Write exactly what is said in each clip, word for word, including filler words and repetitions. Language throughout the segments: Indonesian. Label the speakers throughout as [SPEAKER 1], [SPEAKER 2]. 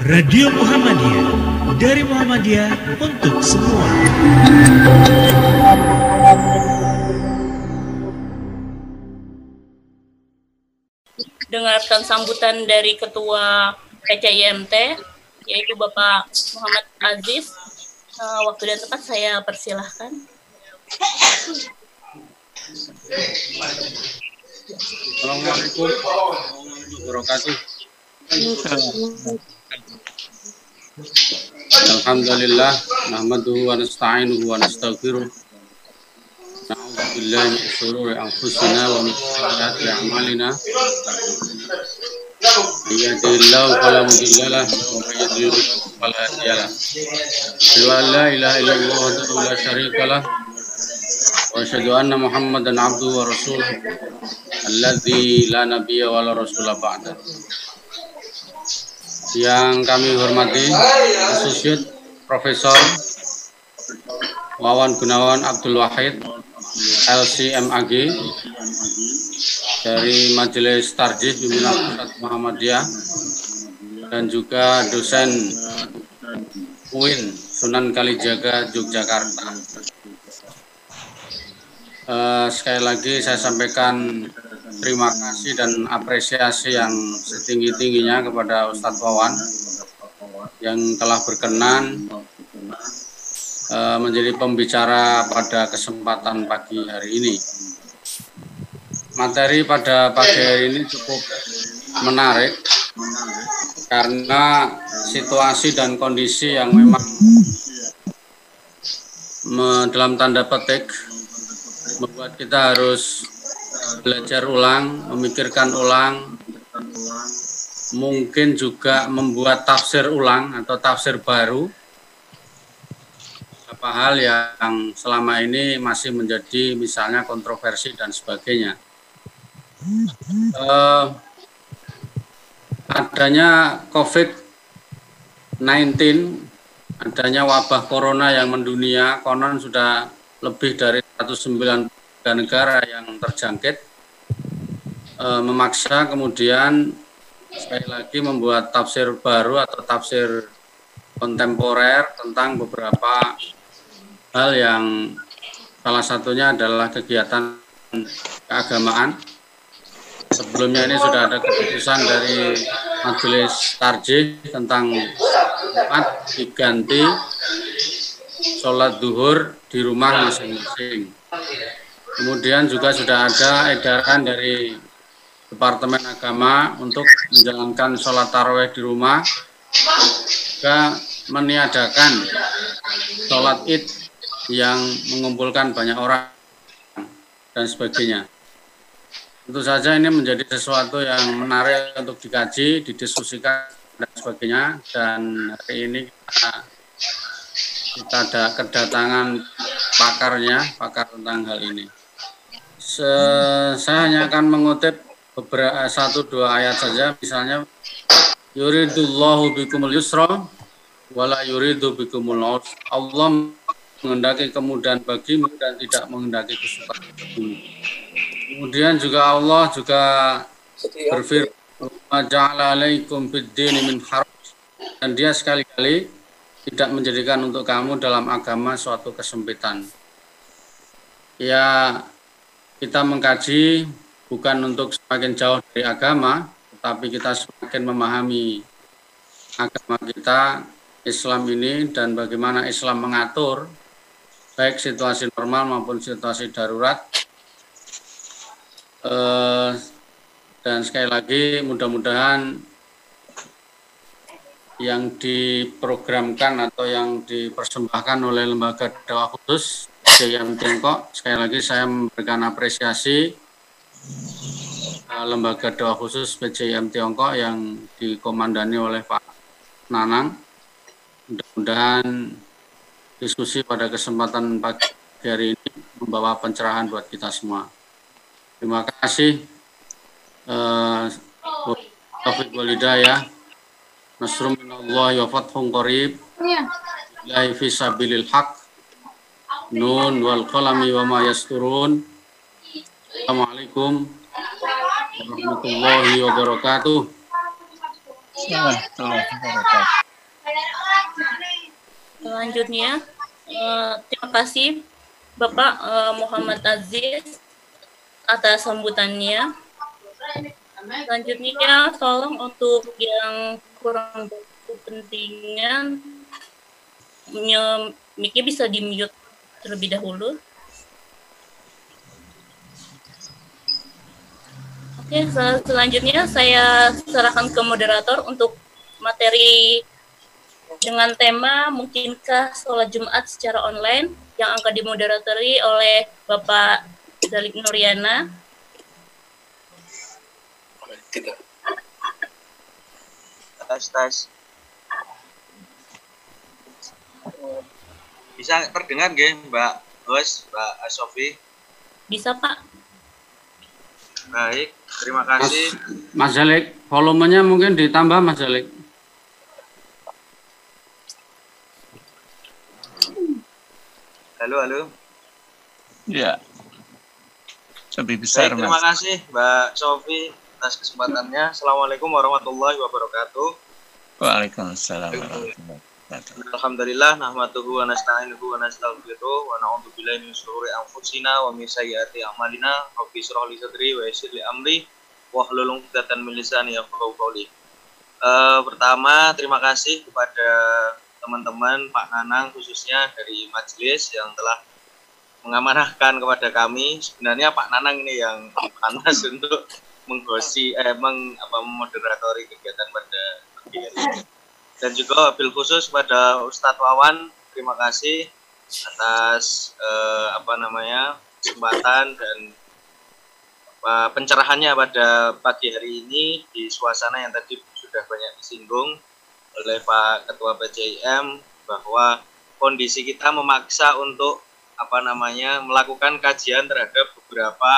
[SPEAKER 1] Radio Muhammadiyah, dari Muhammadiyah untuk semua.
[SPEAKER 2] Dengarkan sambutan dari Ketua P C I M T, yaitu Bapak Muhammad Aziz. Uh, waktu dan tempat saya persilahkan.
[SPEAKER 3] Assalamualaikum warahmatullahi wabarakatuh. Alhamdulillah, nahmaduhu wa nasta'inuhu wa nastaghfiruh. Na'udzu billahi min shururi anfusina wa min sayyiati a'malina. May yahdihillahu fala mudilla lahu wa may yudlil fala hadiya lahu. Asyhadu an la ilaha illallah wahdahu la syarika lahu wa asyhadu anna Muhammadan abduhu wa rasuluh alladzi la nabiyya wa la rasula ba'da. Yang kami hormati Associate Profesor Wawan Gunawan Abdul Wahid L C M A G dari Majelis Tarjih Pimpinan Pusat Muhammadiyah dan juga dosen U I N Sunan Kalijaga Yogyakarta. Uh, sekali lagi saya sampaikan terima kasih dan apresiasi yang setinggi-tingginya kepada Ustadz Wawan yang telah berkenan uh, menjadi pembicara pada kesempatan pagi hari ini. Materi pada pagi hari ini cukup menarik karena situasi dan kondisi yang memang me, dalam tanda petik membuat kita harus belajar ulang, memikirkan ulang, mungkin juga membuat tafsir ulang atau tafsir baru beberapa hal yang selama ini masih menjadi misalnya kontroversi dan sebagainya. Uh, adanya COVID sembilan belas, adanya wabah corona yang mendunia, konon sudah lebih dari seratus sembilan puluh tiga negara yang terjangkit, e, memaksa kemudian sekali lagi membuat tafsir baru atau tafsir kontemporer tentang beberapa hal yang salah satunya adalah kegiatan keagamaan. Sebelumnya ini sudah ada keputusan dari Majelis Tarjih tentang Jumat diganti sholat duhur di rumah masing-masing. Kemudian juga sudah ada edaran dari Departemen Agama untuk menjalankan sholat tarawih di rumah, juga meniadakan sholat id yang mengumpulkan banyak orang dan sebagainya. Tentu saja ini menjadi sesuatu yang menarik untuk dikaji, didiskusikan dan sebagainya. Dan hari ini kita kita ada kedatangan pakarnya, pakar tentang hal ini. Se saya hanya akan mengutip beberapa satu dua ayat saja, misalnya yuridullahu bikumul yusra wala yuridu bikumul usra. Allah menghendaki kemudahan bagimu dan tidak menghendaki kesukaran bagimu. Kemudian juga Allah juga berfirman wa ja'ala 'alaikum fid-dini min haraj, dan dia sekali-kali tidak menjadikan untuk kamu dalam agama suatu kesempitan. Ya, kita mengkaji bukan untuk semakin jauh dari agama, tetapi kita semakin memahami agama kita, Islam ini, dan bagaimana Islam mengatur baik situasi normal maupun situasi darurat. Eh, dan sekali lagi mudah-mudahan yang diprogramkan atau yang dipersembahkan oleh Lembaga Dakwah Khusus P C I M Tiongkok, sekali lagi saya memberikan apresiasi uh, Lembaga Dakwah Khusus P C I M Tiongkok yang dikomandani oleh Pak Nanang. Mudah-mudahan diskusi pada kesempatan pagi hari ini membawa pencerahan buat kita semua. Terima kasih. Uh, Taufiq wal hidayah. Nasrun minallahi wa fathun qarib. La fi sabilil haq. Nun wal qalami wa ma yasturun. Assalamualaikum warahmatullahi wabarakatuh.
[SPEAKER 4] warahmatullahi wabarakatuh.
[SPEAKER 2] Selanjutnya, eh, terima kasih Bapak eh, Muhammad Aziz atas sambutannya. Selanjutnya, tolong untuk yang kurang berkepentingan, mic-nya bisa di-mute terlebih dahulu. Oke, sel- selanjutnya saya serahkan ke moderator untuk materi dengan tema mungkinkah sholat Jumat secara online yang akan dimoderatori oleh Bapak Zalik Nuriana.
[SPEAKER 5] Tes tes. Bisa terdengar nggih, Mbak Bos, Mbak Sofi?
[SPEAKER 2] Bisa, Pak?
[SPEAKER 5] Baik, terima
[SPEAKER 3] Mas,
[SPEAKER 5] kasih.
[SPEAKER 3] Mas Zalik, volumenya mungkin ditambah Mas Zalik.
[SPEAKER 5] Halo, halo.
[SPEAKER 4] Ya. Lebih besar,
[SPEAKER 5] Baik, terima
[SPEAKER 4] Mas.
[SPEAKER 5] kasih Mbak Sofi atas kesempatannya. Assalamualaikum warahmatullahi wabarakatuh.
[SPEAKER 4] Waalaikumsalam warahmatullahi wabarakatuh.
[SPEAKER 5] Alhamdulillah nahmaduhu wa nasta'inuhu wa nastaghfiruh wa na'udzu billahi min syururi anfusina wa min sayyiati a'malina. Rabbi shrah li sadri wa yassir li amri wahlul 'uqdatam min lisani yafqahu qawli. Uh, pertama, terima kasih kepada teman-teman Pak Nanang khususnya dari majelis yang telah mengamanahkan kepada kami. Sebenarnya Pak Nanang ini yang panas untuk menghosi eh meng, apa memoderatori kegiatan pada pagi hari ini. Dan juga bil khusus pada Ustadz Wawan, terima kasih atas eh, apa namanya kesempatan dan apa, pencerahannya pada pagi hari ini di suasana yang tadi sudah banyak disinggung oleh Pak Ketua P C I M bahwa kondisi kita memaksa untuk apa namanya melakukan kajian terhadap beberapa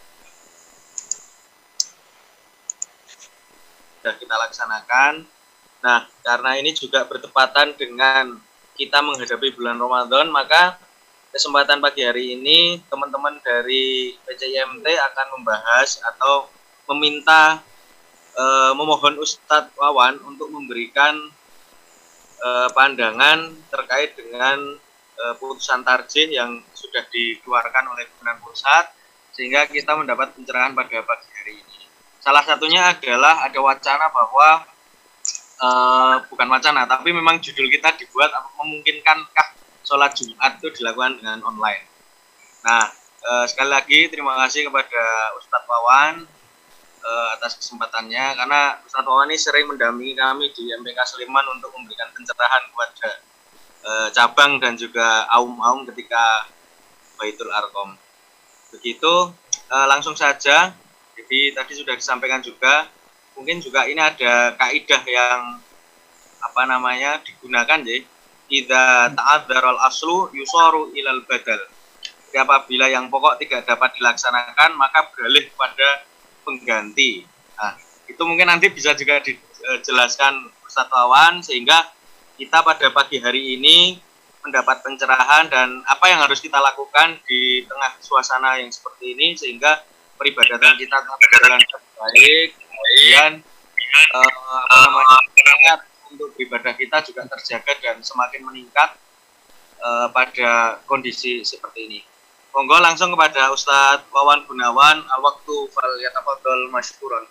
[SPEAKER 5] sudah kita laksanakan. Nah, karena ini juga bertepatan dengan kita menghadapi bulan Ramadan, maka kesempatan pagi hari ini teman-teman dari P C I M T akan membahas atau meminta e, memohon Ustadz Wawan untuk memberikan e, pandangan terkait dengan e, putusan tarjih yang sudah dikeluarkan oleh pimpinan pusat sehingga kita mendapat pencerahan pada pagi hari ini. Salah satunya adalah ada wacana bahwa Uh, bukan wacana, tapi memang judul kita dibuat memungkinkankah sholat Jumat itu dilakukan dengan online. Nah, uh, sekali lagi terima kasih kepada Ustadz Wawan uh, atas kesempatannya, karena Ustadz Wawan ini sering mendampingi kami di M P K Sleman untuk memberikan pencerahan kepada uh, cabang dan juga aum-aum ketika Baitul Arqam. Begitu, uh, langsung saja. Jadi tadi sudah disampaikan juga. Mungkin juga ini ada kaidah yang apa namanya digunakan ya. Idza ta'adzzaral aslu yusaru ilal badal. Jadi apabila yang pokok tidak dapat dilaksanakan maka beralih pada pengganti. Nah, itu mungkin nanti bisa juga dijelaskan Ustadz Wawan sehingga kita pada pagi hari ini mendapat pencerahan dan apa yang harus kita lakukan di tengah suasana yang seperti ini sehingga peribadatan kita tetap berjalan baik. Kemudian uh, apa namanya semangat untuk beribadah kita juga terjaga dan semakin meningkat uh, pada kondisi seperti ini. Monggo langsung kepada Ustadz Wawan Gunawan, al-waktu fal yatafadhal masykuran.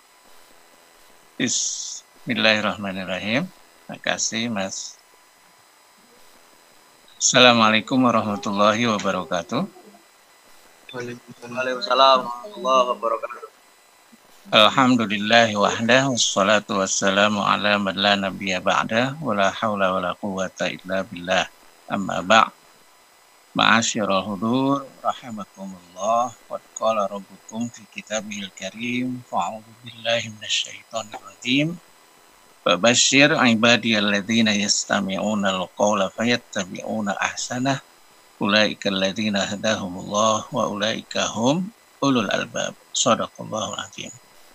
[SPEAKER 4] Bismillahirrahmanirrahim. Terima kasih, Mas. Assalamualaikum warahmatullahi wabarakatuh.
[SPEAKER 5] Waalaikumsalam warahmatullahi wabarakatuh.
[SPEAKER 4] Alhamdulillahi wahdah wassalatu wassalamu ala man la nabiyya ba'da wa la hawla wa la quwwata illa billah amma ba' ma'asyiral hudur rahimakumullah wa qala rabbukum fi kitabihil karim fa'udzu billahi minasyaitonir rajim fabashshir ibadiyalladzina yastami'una al-qawla fayattabi'una ahsanah ulaika alladzina hadahumullah wa ulaika hum ulul albab. Shadaqallahul azim.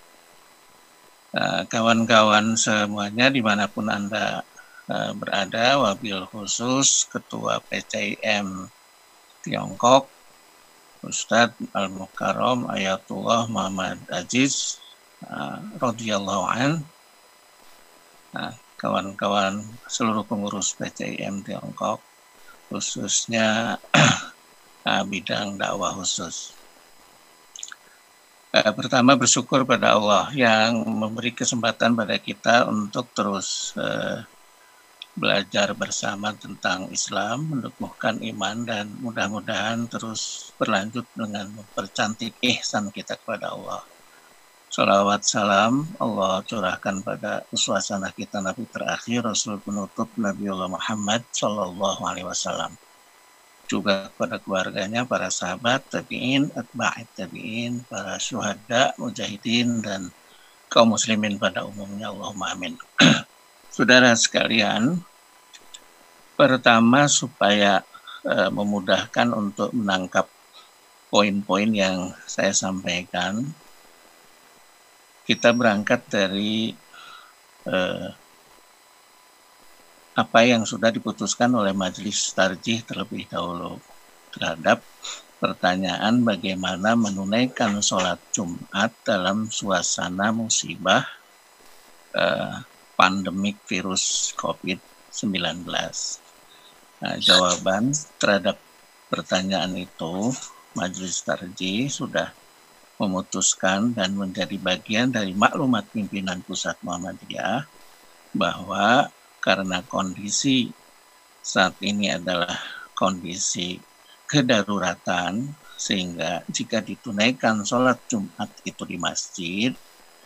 [SPEAKER 4] Uh, kawan-kawan semuanya dimanapun Anda uh, berada, wabil khusus Ketua P C I M Tiongkok, Ustadz Al-Mukarram Ayatullah Muhammad Aziz uh, radhiyallahu an, Nah, kawan-kawan seluruh pengurus P C I M Tiongkok, khususnya bidang dakwah khusus. Eh, pertama bersyukur pada Allah yang memberi kesempatan pada kita untuk terus eh, belajar bersama tentang Islam, menumbuhkan iman, dan mudah-mudahan terus berlanjut dengan mempercantik ihsan kita kepada Allah. Salawat salam Allah curahkan pada suasana kita Nabi terakhir, Rasul penutup Nabiullah Muhammad Sallallahu Alaihi Wasallam. Juga kepada keluarganya, para sahabat, tabi'in, atba'it tabi'in, para syuhada, mujahidin, dan kaum muslimin pada umumnya. Allahumma amin. Saudara sekalian, pertama supaya uh, memudahkan untuk menangkap poin-poin yang saya sampaikan, kita berangkat dari uh, apa yang sudah diputuskan oleh Majelis Tarjih terlebih dahulu terhadap pertanyaan bagaimana menunaikan sholat Jumat dalam suasana musibah uh, pandemik virus covid sembilan belas. Nah, jawaban terhadap pertanyaan itu, Majelis Tarjih sudah memutuskan dan menjadi bagian dari maklumat pimpinan Pusat Muhammadiyah bahwa karena kondisi saat ini adalah kondisi kedaruratan, sehingga jika ditunaikan sholat Jumat itu di masjid,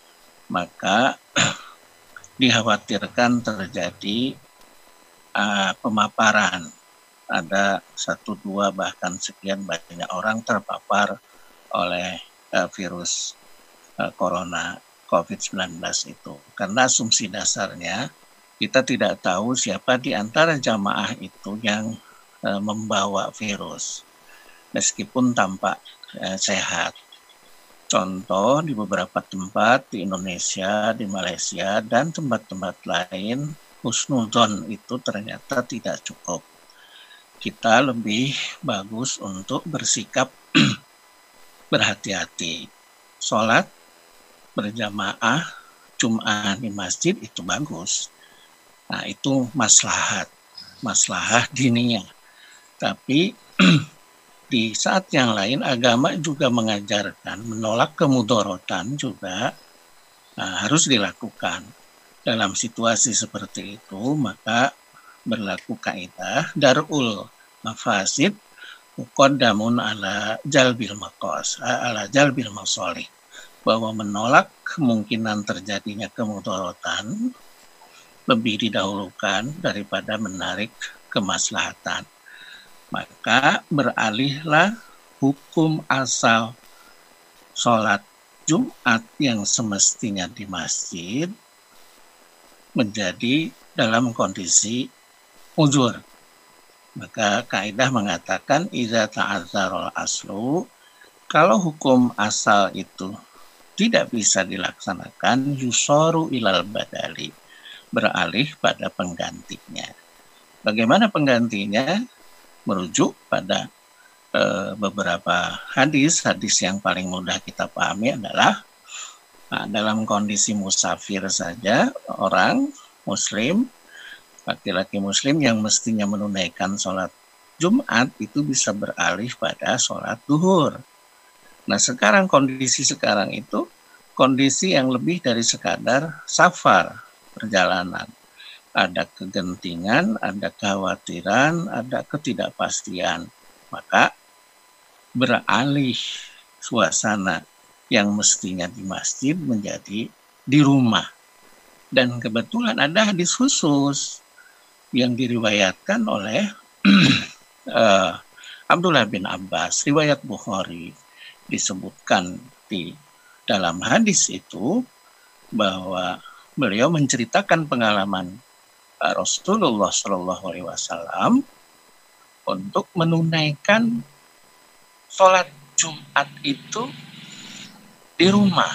[SPEAKER 4] maka dikhawatirkan terjadi uh, pemaparan. Ada satu, dua, bahkan sekian banyak orang terpapar oleh uh, virus uh, corona covid sembilan belas itu. Karena asumsi dasarnya, kita tidak tahu siapa di antara jamaah itu yang uh, membawa virus, meskipun tampak uh, sehat. Contoh, di beberapa tempat di Indonesia, di Malaysia, dan tempat-tempat lain, husnuzon itu ternyata tidak cukup. Kita lebih bagus untuk bersikap berhati-hati. Sholat berjamaah Jum'ah di masjid itu bagus. Nah, itu maslahat, maslahah diniyah. Tapi di saat yang lain agama juga mengajarkan menolak kemudorotan juga nah, harus dilakukan. Dalam situasi seperti itu maka berlaku kaidah darul mafasid muqaddamun ala jalbil maqas ala jalbil masolih, bahwa menolak kemungkinan terjadinya kemudorotan lebih didahulukan daripada menarik kemaslahatan. Maka beralihlah hukum asal sholat Jumat yang semestinya di masjid menjadi dalam kondisi uzur. Maka kaidah mengatakan idza ta'azzarul aslu, kalau hukum asal itu tidak bisa dilaksanakan, yusoru ilal badali, beralih pada penggantinya. Bagaimana penggantinya? Merujuk pada e, beberapa hadis. Hadis yang paling mudah kita pahami adalah nah, dalam kondisi musafir saja, orang muslim, laki-laki muslim yang mestinya menunaikan sholat Jumat itu bisa beralih pada sholat duhur. Nah, sekarang kondisi sekarang itu kondisi yang lebih dari sekadar safar, perjalanan. Ada kegentingan, ada kekhawatiran, ada ketidakpastian. Maka beralih suasana yang mestinya di masjid menjadi di rumah. Dan kebetulan ada hadis khusus yang diriwayatkan oleh uh, Abdullah bin Abbas, riwayat Bukhari. Disebutkan di dalam hadis itu bahwa beliau menceritakan pengalaman Rasulullah Shallallahu Alaihi Wasallam untuk menunaikan sholat Jumat itu di rumah.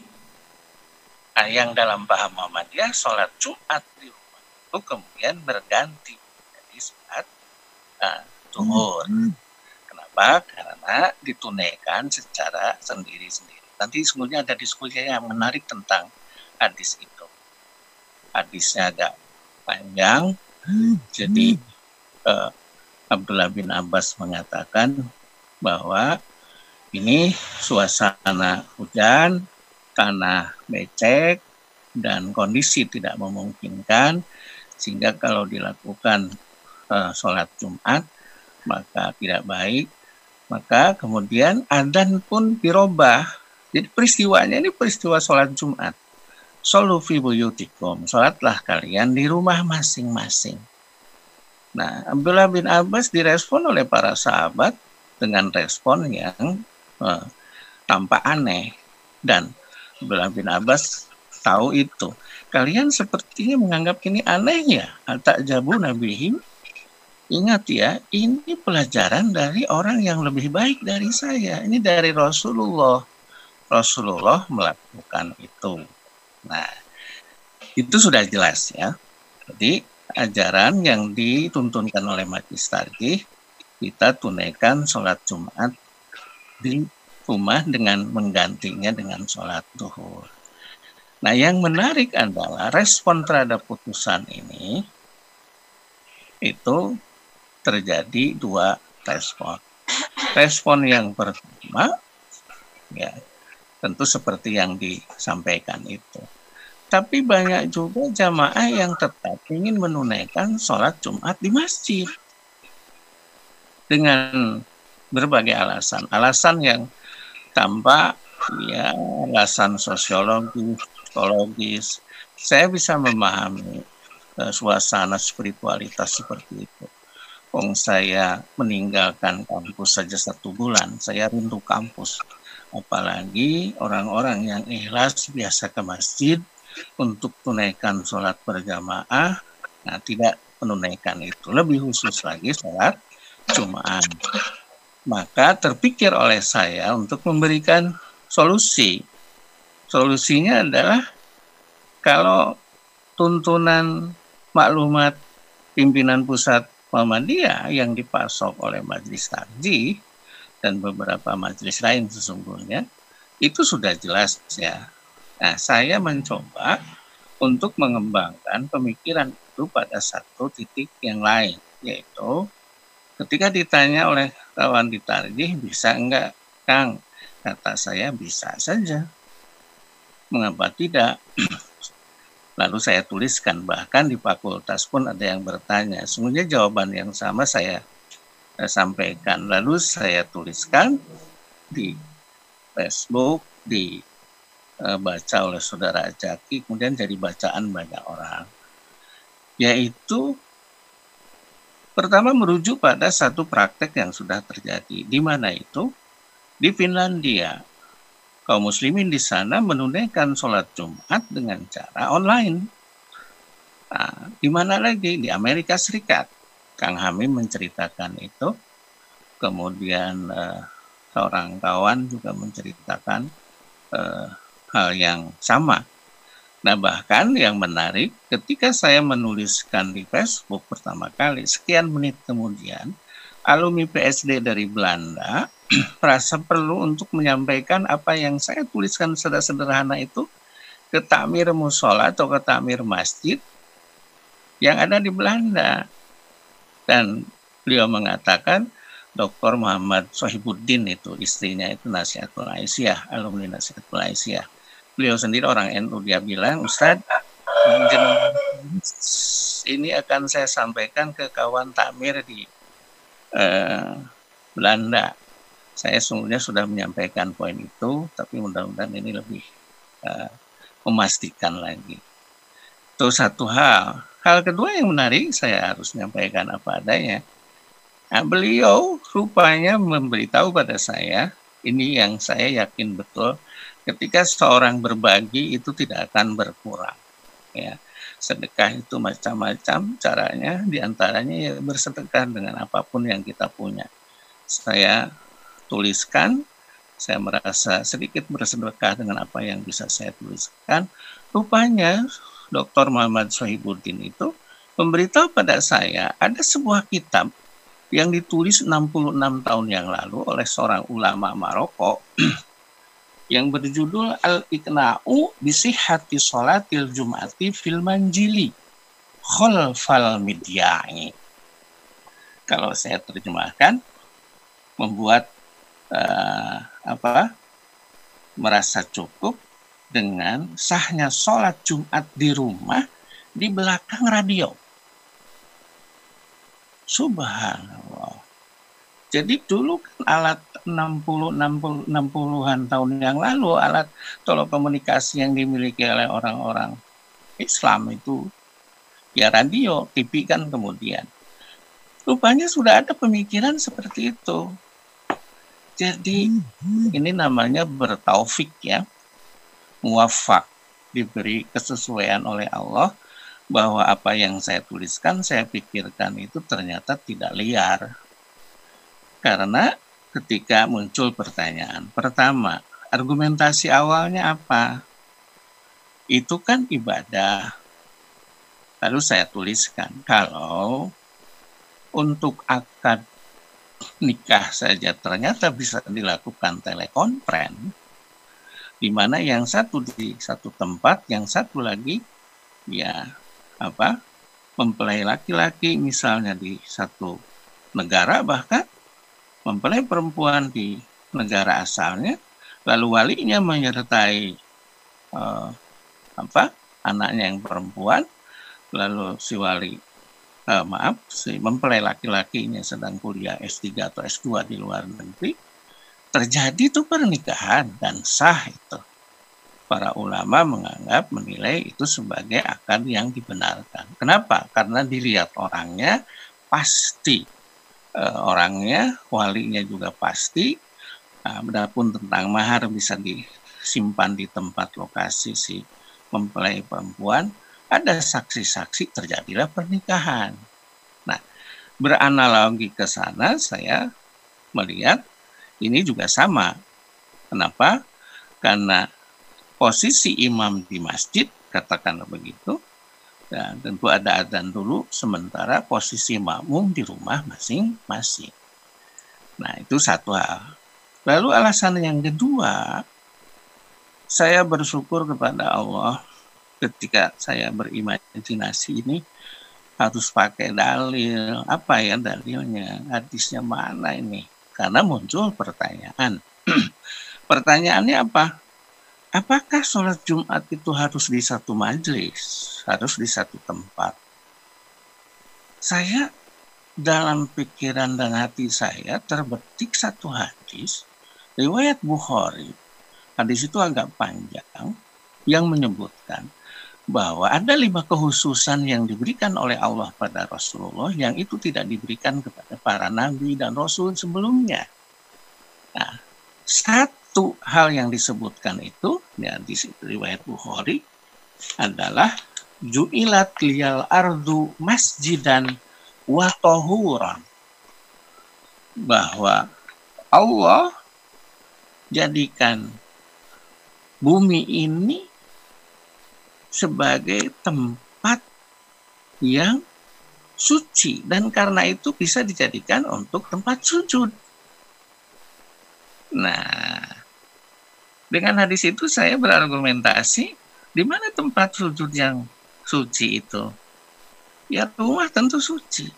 [SPEAKER 4] Nah, yang dalam paham Muhammadiyah sholat Jumat di rumah itu kemudian berganti menjadi sholat uh, zuhur. Kenapa? Karena ditunaikan secara sendiri-sendiri. Nanti sebenarnya ada diskusi yang menarik tentang hadis itu. hadisnya agak panjang. Jadi uh, Abdullah bin Abbas mengatakan bahwa ini suasana hujan, tanah becek, dan kondisi tidak memungkinkan, sehingga kalau dilakukan uh, sholat Jumat maka tidak baik. Maka kemudian adzan pun dirubah. Jadi peristiwanya ini peristiwa sholat Jumat. Sholu fi buyutikum, sholatlah kalian di rumah masing-masing. Nah, Abdullah bin Abbas direspon oleh para sahabat dengan respon yang eh, tampak aneh. Dan Abdullah bin Abbas tahu itu. Kalian sepertinya menganggap ini aneh ya? Al-ta'jabu nabihim. Ingat ya, ini pelajaran dari orang yang lebih baik dari saya. Ini dari Rasulullah. Rasulullah melakukan itu. Nah, itu sudah jelas ya. Jadi ajaran yang dituntunkan oleh Majelis Tarjih, kita tunaikan sholat Jumat di rumah dengan menggantinya dengan sholat duhur. Nah, yang menarik adalah respon terhadap putusan ini itu terjadi dua respon. Respon yang pertama, ya tentu seperti yang disampaikan itu. Tapi banyak juga jamaah yang tetap ingin menunaikan sholat Jumat di masjid dengan berbagai alasan. Alasan yang tampak ya alasan sosiologis, psikologis. Saya bisa memahami uh, suasana spiritualitas seperti itu. Wong saya meninggalkan kampus saja satu bulan, saya rindu kampus. Apalagi orang-orang yang ikhlas biasa ke masjid untuk tunaikan sholat berjamaah, nah tidak menunaikan itu. Lebih khusus lagi sholat Jumat. Maka terpikir oleh saya untuk memberikan solusi. Solusinya adalah kalau tuntunan maklumat pimpinan pusat Muhammadiyah yang dipasok oleh Majelis Tarjih dan beberapa majelis lain sesungguhnya, itu sudah jelas ya. Nah, saya mencoba untuk mengembangkan pemikiran itu pada satu titik yang lain, yaitu ketika ditanya oleh kawan di Tarjih, bisa enggak, Kang? Kata saya, bisa saja. Mengapa tidak? Lalu saya tuliskan, bahkan di fakultas pun ada yang bertanya. Sebenarnya jawaban yang sama saya, saya sampaikan. Lalu saya tuliskan di Facebook, di baca oleh saudara Jaki, kemudian jadi bacaan banyak orang. Yaitu pertama merujuk pada satu praktek yang sudah terjadi. Di mana itu? Di Finlandia. Kaum muslimin di sana menunaikan sholat Jumat dengan cara online. Nah, di mana lagi? Di Amerika Serikat. Kang Hamim menceritakan itu. Kemudian eh, seorang kawan juga menceritakan eh, hal yang sama. Nah, bahkan yang menarik, ketika saya menuliskan di Facebook pertama kali, sekian menit kemudian, alumni P S D dari Belanda merasa perlu untuk menyampaikan apa yang saya tuliskan sederhana itu ke takmir musola atau ke takmir masjid yang ada di Belanda. Dan beliau mengatakan, Doktor Muhammad Sohibuddin itu, istrinya itu Nasihatul Aisyah, alumni Nasihatul Aisyah. Beliau sendiri orang N U, dia bilang, Ustadz, ini akan saya sampaikan ke kawan takmir di eh, Belanda. Saya sungguhnya sudah menyampaikan poin itu, tapi mudah-mudahan ini lebih uh, memastikan lagi. Itu satu hal. Hal kedua yang menarik, saya harus menyampaikan apa adanya. Nah, beliau rupanya memberitahu pada saya, ini yang saya yakin betul, ketika seorang berbagi itu tidak akan berkurang. Ya, sedekah itu macam-macam caranya, diantaranya ya bersedekah dengan apapun yang kita punya. Saya tuliskan, saya merasa sedikit bersedekah dengan apa yang bisa saya tuliskan. Rupanya Doktor Muhammad Sohibuddin itu memberitahu pada saya ada sebuah kitab yang ditulis enam puluh enam tahun yang lalu oleh seorang ulama Maroko yang berjudul Al-Iqna'u bisihhati sholatil Jum'ati fil manjili khalfal midya'i. Kalau saya terjemahkan, membuat uh, apa merasa cukup dengan sahnya sholat Jumat di rumah di belakang radio. Subhanallah. Jadi dulu kan alat enam puluh enam puluh enam puluhan tahun yang lalu, alat telekomunikasi yang dimiliki oleh orang-orang Islam itu ya radio, T V kan kemudian. Rupanya sudah ada pemikiran seperti itu. Jadi ini namanya bertaufik ya, muwafaq, diberi kesesuaian oleh Allah bahwa apa yang saya tuliskan, saya pikirkan itu ternyata tidak liar. Karena ketika muncul pertanyaan, pertama, argumentasi awalnya apa? Itu kan ibadah. Lalu saya tuliskan, kalau untuk akad nikah saja ternyata bisa dilakukan telekonferen, di mana yang satu di satu tempat, yang satu lagi ya apa mempelai laki-laki misalnya di satu negara, bahkan mempelai perempuan di negara asalnya, lalu walinya menyertai eh, apa anaknya yang perempuan, lalu si wali Uh, maaf, si mempelai laki-lakinya sedang kuliah S tiga atau S dua di luar negeri, terjadi itu pernikahan dan sah itu. Para ulama menganggap, menilai itu sebagai akad yang dibenarkan. Kenapa? Karena dilihat orangnya pasti, uh, orangnya, walinya juga pasti. Uh, Adapun tentang mahar bisa disimpan di tempat lokasi si mempelai perempuan. Ada saksi-saksi, terjadilah pernikahan. Nah, beranalogi ke sana, saya melihat ini juga sama. Kenapa? Karena posisi imam di masjid, katakanlah begitu, dan tentu ada adzan dulu, sementara posisi makmum di rumah masing-masing. Nah, itu satu hal. Lalu alasan yang kedua, saya bersyukur kepada Allah ketika saya berimajinasi ini harus pakai dalil. Apa ya dalilnya? Hadisnya mana ini? Karena muncul pertanyaan. Pertanyaannya apa? Apakah sholat Jumat itu harus di satu majelis? Harus di satu tempat? Saya dalam pikiran dan hati saya terbetik satu hadis riwayat Bukhari. Hadis itu agak panjang yang menyebutkan bahwa ada lima kehususan yang diberikan oleh Allah pada Rasulullah yang itu tidak diberikan kepada para nabi dan rasul sebelumnya. Nah, satu hal yang disebutkan itu ya, di riwayat Bukhari adalah ju'ilat liyal ardu masjidan wa tahuran, bahwa Allah jadikan bumi ini sebagai tempat yang suci dan karena itu bisa dijadikan untuk tempat sujud. Nah, dengan hadis itu saya berargumentasi, di mana tempat sujud yang suci itu? Ya rumah tentu suci.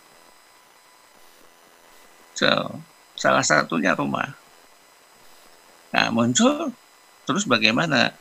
[SPEAKER 4] So, salah satunya rumah. Nah, muncul terus bagaimana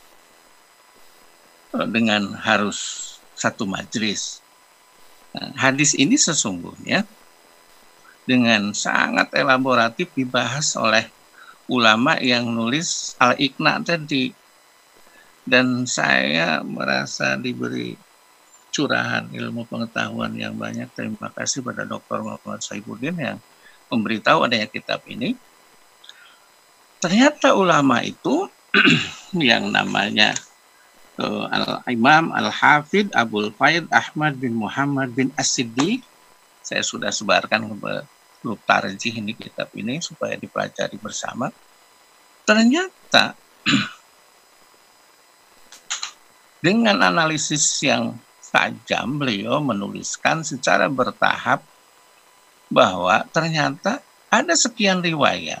[SPEAKER 4] dengan harus satu majelis? Nah, hadis ini sesungguhnya dengan sangat elaboratif dibahas oleh ulama yang nulis Al-Iqna tadi. Dan saya merasa diberi curahan ilmu pengetahuan yang banyak. Terima kasih pada Doktor Muhammad Saifuddin yang memberitahu adanya kitab ini. Ternyata ulama itu yang namanya uh, Al-Imam Al-Hafidh Abul Faid Ahmad bin Muhammad bin As-Siddiq, saya sudah sebarkan ke grup tarjih ini kitab ini supaya dipelajari bersama. Ternyata dengan analisis yang tajam beliau menuliskan secara bertahap bahwa ternyata ada sekian riwayat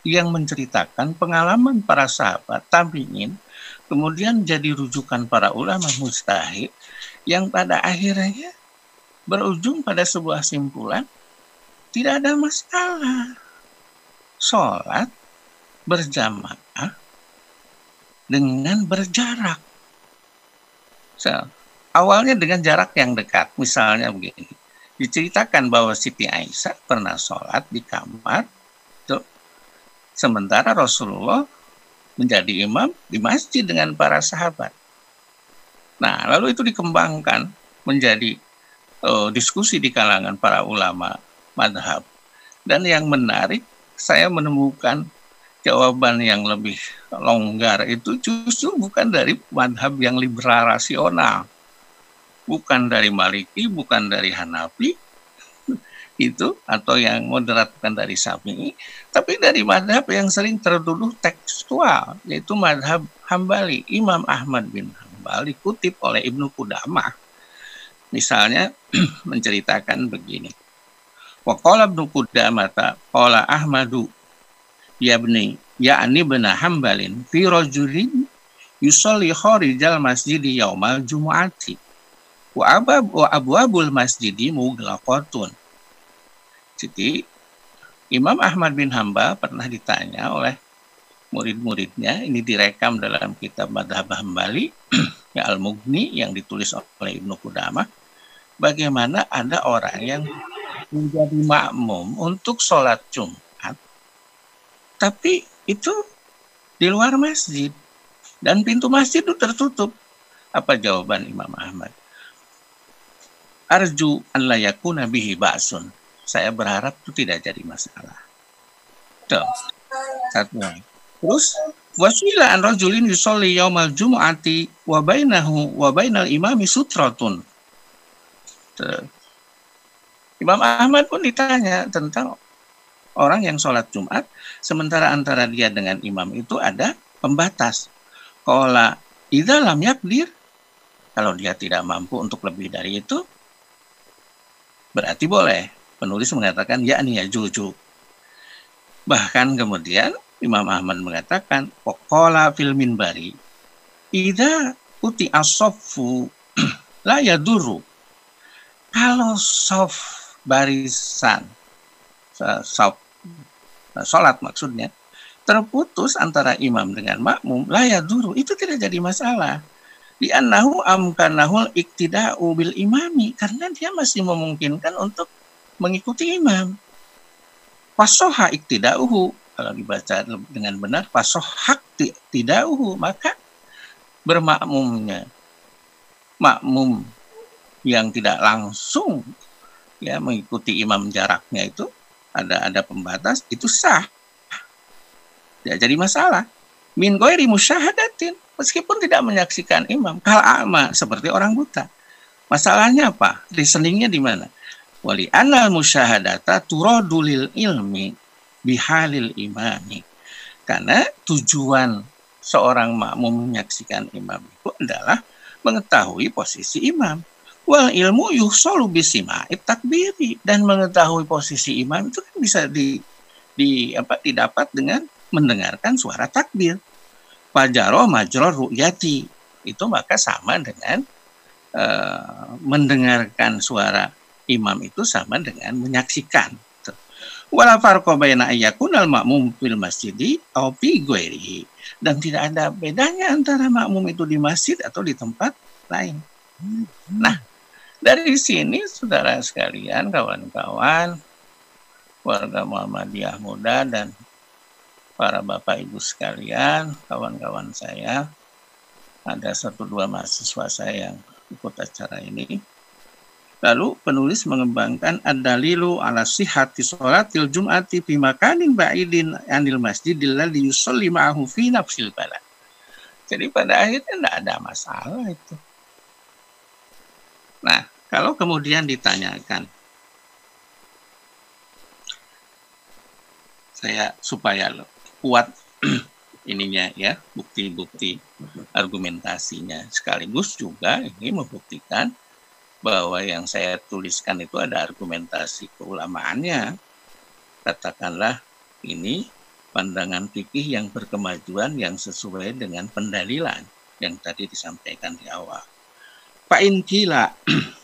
[SPEAKER 4] yang menceritakan pengalaman para sahabat tabi'in, kemudian jadi rujukan para ulama mujtahid yang pada akhirnya berujung pada sebuah simpulan, tidak ada masalah sholat berjamaah dengan berjarak. So, awalnya dengan jarak yang dekat, misalnya begini, diceritakan bahwa Siti Aisyah pernah sholat di kamar, tuh, sementara Rasulullah menjadi imam di masjid dengan para sahabat. Nah, lalu itu dikembangkan menjadi uh, diskusi di kalangan para ulama madhab. Dan yang menarik, saya menemukan jawaban yang lebih longgar itu justru bukan dari madhab yang liberal rasional, bukan dari Maliki, bukan dari Hanafi, itu atau yang moderat bukan dari Syafi'i, tapi dari madhab yang sering tertuduh tekstual, yaitu madhab Hambali. Imam Ahmad bin Hambal dikutip oleh Ibnu Qudamah, misalnya menceritakan begini. Wa qala Ibnu Qudamah qala Ahmadu yabni ya'ni bin Hambalin fi rajulin yusalli kharijal masjidi yaumal jumu'ati wa abu abwabul masjidi mughlaqatun. Jadi Imam Ahmad bin Hambal pernah ditanya oleh murid-muridnya, ini direkam dalam kitab Madhab Hambali ya Al-Mughni yang ditulis oleh Ibnu Qudamah, bagaimana ada orang yang menjadi makmum untuk sholat Jumat, tapi itu di luar masjid dan pintu masjid itu tertutup. Apa jawaban Imam Ahmad? Arju an la yakuna bihi ba'sun. Saya berharap itu tidak jadi masalah. Tuh, satu. Terus wasila an rajulin yusolli yaumal jumu'ati wa bainahu wa bainal imami sutratun. Tuh. Imam Ahmad pun ditanya tentang orang yang sholat Jumat, sementara antara dia dengan imam itu ada pembatas. Qala idza lam yaqdir, kalau dia tidak mampu untuk lebih dari itu, berarti boleh. Penulis mengatakan yakni ya juju. Bahkan kemudian Imam Ahmad mengatakan qala fil minbari idza uti as-saffu la yadurru. Kalau sof barisan sof salat maksudnya terputus antara imam dengan makmum, la yadurru, itu tidak jadi masalah. Di annahu amkanahul iktida'u bil imami, karena dia masih memungkinkan untuk mengikuti imam. Fasoha iktida'uhu, kalau dibaca dengan benar, fasohak iktida'uhu, maka bermakmumnya makmum yang tidak langsung ya mengikuti imam jaraknya itu ada ada pembatas, itu sah, tidak jadi masalah. Min ghairi musyahadatin, meskipun tidak menyaksikan imam, kal a'ma, seperti orang buta. Masalahnya apa? Reasoningnya di mana? Wali anal musyahadata turadu lil ilmi bihalil imami. Karena tujuan seorang makmum menyaksikan imam itu adalah mengetahui posisi imam. Wal ilmu yuhsolu bisima'it takbiri, dan mengetahui posisi imam itu kan bisa di, di apa didapat dengan mendengarkan suara takbir. Fajaro majro ru'yati, itu maka sama dengan uh, mendengarkan suara imam itu sama dengan menyaksikan. Wala farqa baina ayyakunal ma'mum fil masjidi aw fi ghairihi, dan tidak ada bedanya antara makmum itu di masjid atau di tempat lain. Nah, dari sini saudara sekalian, kawan-kawan warga Muhammadiyah muda dan para bapak ibu sekalian, kawan-kawan saya, ada satu dua mahasiswa saya yang ikut acara ini. Lalu penulis mengembangkan ad-dalilu ala sihhati sholatil jum'ati fi makanin ba'idin anil masjidil ladzi yusalli ma'ahu fi nafsil balad. Jadi pada akhirnya tidak ada masalah itu. Nah, kalau kemudian ditanyakan, saya supaya kuat ininya ya, bukti-bukti argumentasinya, sekaligus juga ini membuktikan bahwa yang saya tuliskan itu ada argumentasi keulamaannya. Katakanlah ini pandangan fikih yang berkemajuan yang sesuai dengan pendalilan yang tadi disampaikan di awal. Fa'in kila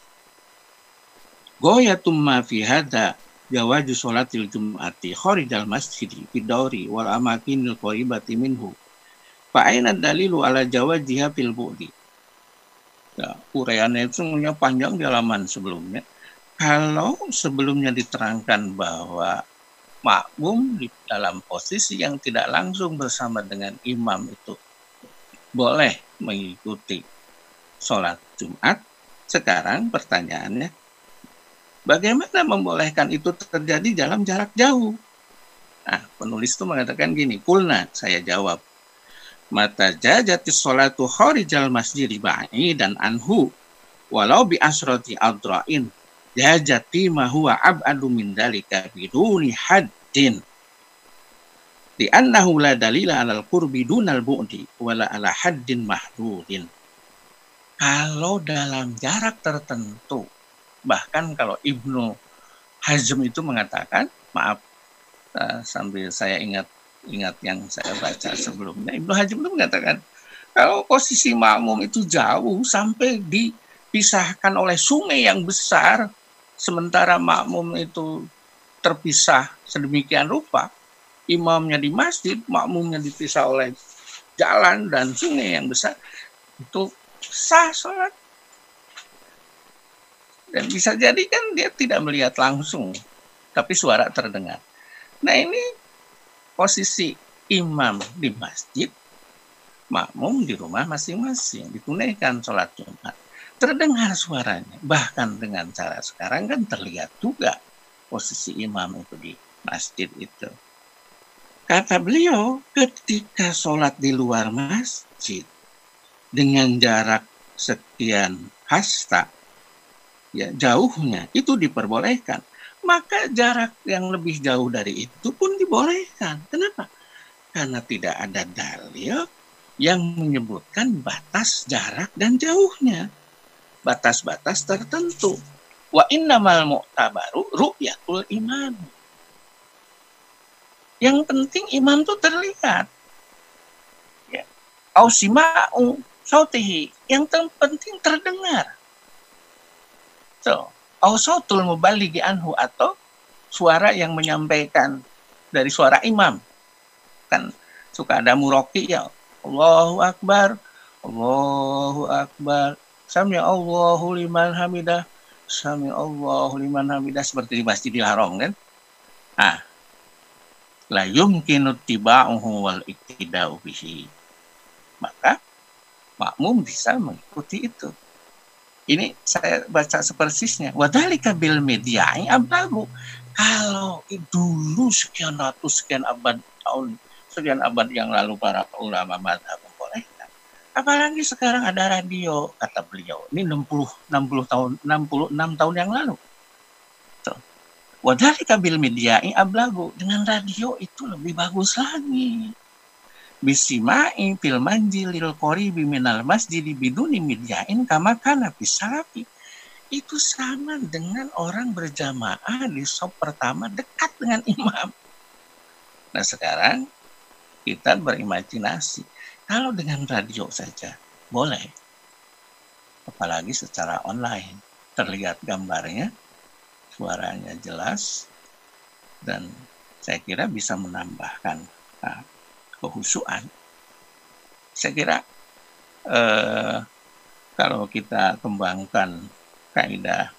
[SPEAKER 4] goyatum ma fi hada jawaju sholatil jum'ati kharijal masjidi bidawri wal amakinil qaribati minhu fa'aina dalilu ala jawajiha fil bu'di. Ya, uraiannya itu sebenarnya panjang di halaman sebelumnya. Kalau sebelumnya diterangkan bahwa makmum di dalam posisi yang tidak langsung bersama dengan imam itu boleh mengikuti sholat Jumat, sekarang pertanyaannya, bagaimana membolehkan itu terjadi dalam jarak jauh? Nah, penulis itu mengatakan gini, kulna, saya jawab, mata jajati sholatu kharijal masjidi ba'i dan anhu walau bi asrati adra'in jajati ma huwa ab'adu min dalika biduni haddin di annahu la dalila alal qurbi dunal bu'di wala ala haddin mahdudin. Kalau dalam jarak tertentu, bahkan kalau Ibnu Hazm itu mengatakan, maaf uh, sambil saya ingat ingat yang saya baca sebelumnya, Ibnu Hazm itu mengatakan kalau posisi makmum itu jauh sampai dipisahkan oleh sungai yang besar, sementara makmum itu terpisah sedemikian rupa, imamnya di masjid, makmumnya dipisah oleh jalan dan sungai yang besar, itu sah sholat. Dan bisa jadi kan dia tidak melihat langsung, tapi suara terdengar. Nah ini posisi imam di masjid, makmum di rumah masing-masing, ditunaikan sholat Jumat. Terdengar suaranya, bahkan dengan cara sekarang kan terlihat juga posisi imam itu di masjid itu. Kata beliau, ketika sholat di luar masjid, dengan jarak sekian hasta, ya jauhnya, itu diperbolehkan. Maka jarak yang lebih jauh dari itu pun dibolehkan. Kenapa? Karena tidak ada dalil yang menyebutkan batas jarak dan jauhnya. Batas-batas tertentu. Wa innamal mu'tabaru ru'yatul imam. Yang penting imam itu terlihat. Ya. Ausima'u sautihi. Yang penting terdengar. So, Ausotul mubalighi anhu atau suara yang menyampaikan dari suara imam. Kan suka ada muroki ya. Allahu Akbar, Allahu Akbar, Sami Allahu liman hamidah, Sami Allahu liman hamidah, seperti di Masjidil Haram kan. Ah, la yumkinu tiba'uhu wal iktida'u bihi. Maka makmum bisa mengikuti itu. Ini saya baca sepersisnya. Wadhalika bil mediai ablagu. Kalau dulu sekian ratus, sekian abad tahun, sekian abad yang lalu para ulama mazhab membolehkan. Apalagi sekarang ada radio, kata beliau. Ini enam puluh, enam puluh tahun, enam puluh enam tahun yang lalu. Wadhalika bil mediai ablagu. Dengan radio itu lebih bagus lagi. Bisima'i fil manjilil qoribi minal masjidi biduni midyain kama kana bisalafi. Itu sama dengan orang berjamaah di shaf pertama dekat dengan imam. Nah sekarang kita berimajinasi, kalau dengan radio saja boleh, apalagi secara online, terlihat gambarnya, suaranya jelas, dan saya kira bisa menambahkan nah, kehusuan. Saya kira eh, kalau kita kembangkan kaidah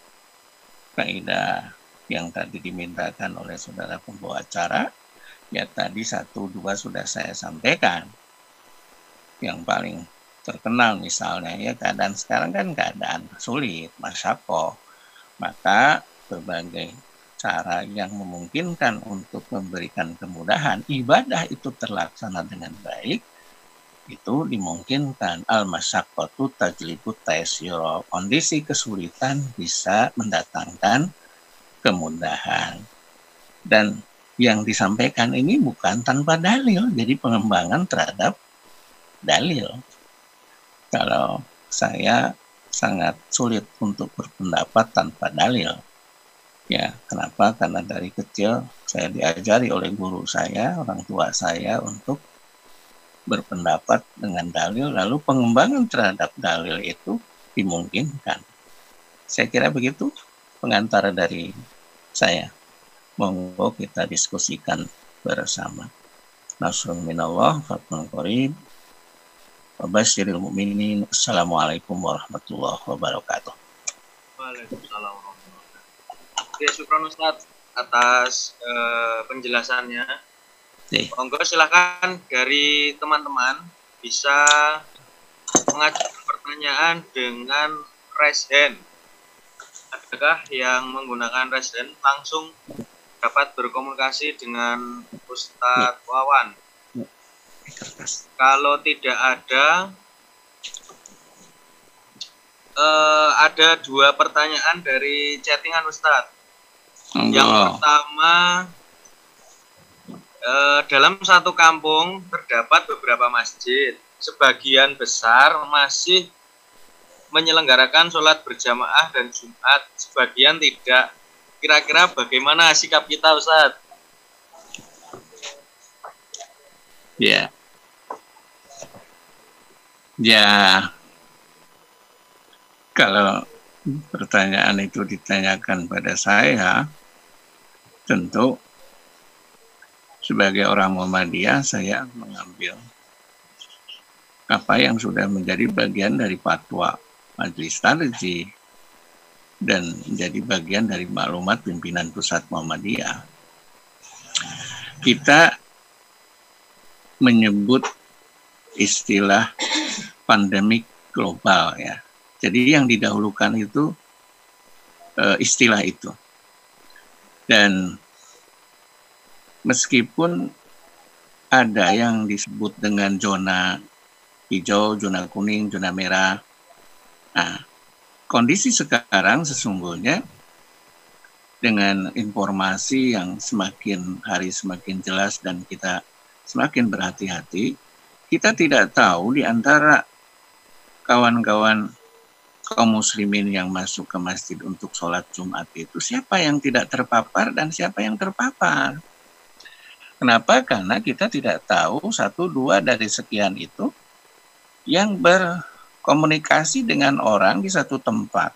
[SPEAKER 4] kaidah yang tadi dimintakan oleh saudara pembawa acara, ya tadi satu dua sudah saya sampaikan. Yang paling terkenal misalnya ya keadaan sekarang kan keadaan sulit, masyakoh, maka berbagai cara yang memungkinkan untuk memberikan kemudahan ibadah itu terlaksana dengan baik, itu dimungkinkan. Al-masyaqqatu tajlibu taysira. Kondisi kesulitan bisa mendatangkan kemudahan. Dan yang disampaikan ini bukan tanpa dalil, jadi pengembangan terhadap dalil. Kalau saya sangat sulit untuk berpendapat tanpa dalil. Ya, kenapa? Karena dari kecil Saya diajari oleh guru saya, orang tua saya untuk berpendapat dengan dalil, lalu pengembangan terhadap dalil itu dimungkinkan. Saya kira begitu pengantar dari saya. Monggo kita diskusikan bersama. Nasrun minallah, fatmun qarib, wa basyiril mu'minin. Assalamualaikum warahmatullahi wabarakatuh.
[SPEAKER 5] Waalaikumsalam warahmatullahi wabarakatuh. Oke, syukran Ustaz atas uh, penjelasannya.
[SPEAKER 4] Oke.
[SPEAKER 5] Monggo silakan dari teman-teman bisa mengajukan pertanyaan dengan raise hand. Adakah yang menggunakan raise hand langsung dapat berkomunikasi dengan Ustadz Wawan? Kalau tidak ada, eh, ada dua pertanyaan dari chattingan Ustadz.
[SPEAKER 4] Enggak.
[SPEAKER 5] Yang pertama, eh, dalam satu kampung terdapat beberapa masjid. Sebagian besar masih menyelenggarakan sholat berjamaah dan Jumat, sebagian tidak. Kira-kira bagaimana sikap kita, Ustadz?
[SPEAKER 4] Ya. Ya. Kalau pertanyaan itu ditanyakan pada saya, tentu sebagai orang Muhammadiyah saya mengambil apa yang sudah menjadi bagian dari fatwa Majelis Tarjih dan menjadi bagian dari maklumat pimpinan pusat Muhammadiyah. Kita menyebut istilah pandemik global ya. Jadi yang didahulukan itu e, istilah itu. Dan meskipun ada yang disebut dengan zona hijau, zona kuning, zona merah. Nah, kondisi sekarang sesungguhnya dengan informasi yang semakin hari semakin jelas dan kita semakin berhati-hati, kita tidak tahu di antara kawan-kawan kaum muslimin yang masuk ke masjid untuk sholat Jumat itu siapa yang tidak terpapar dan siapa yang terpapar. Kenapa? Karena kita tidak tahu satu dua dari sekian itu yang berkomunikasi dengan orang di satu tempat.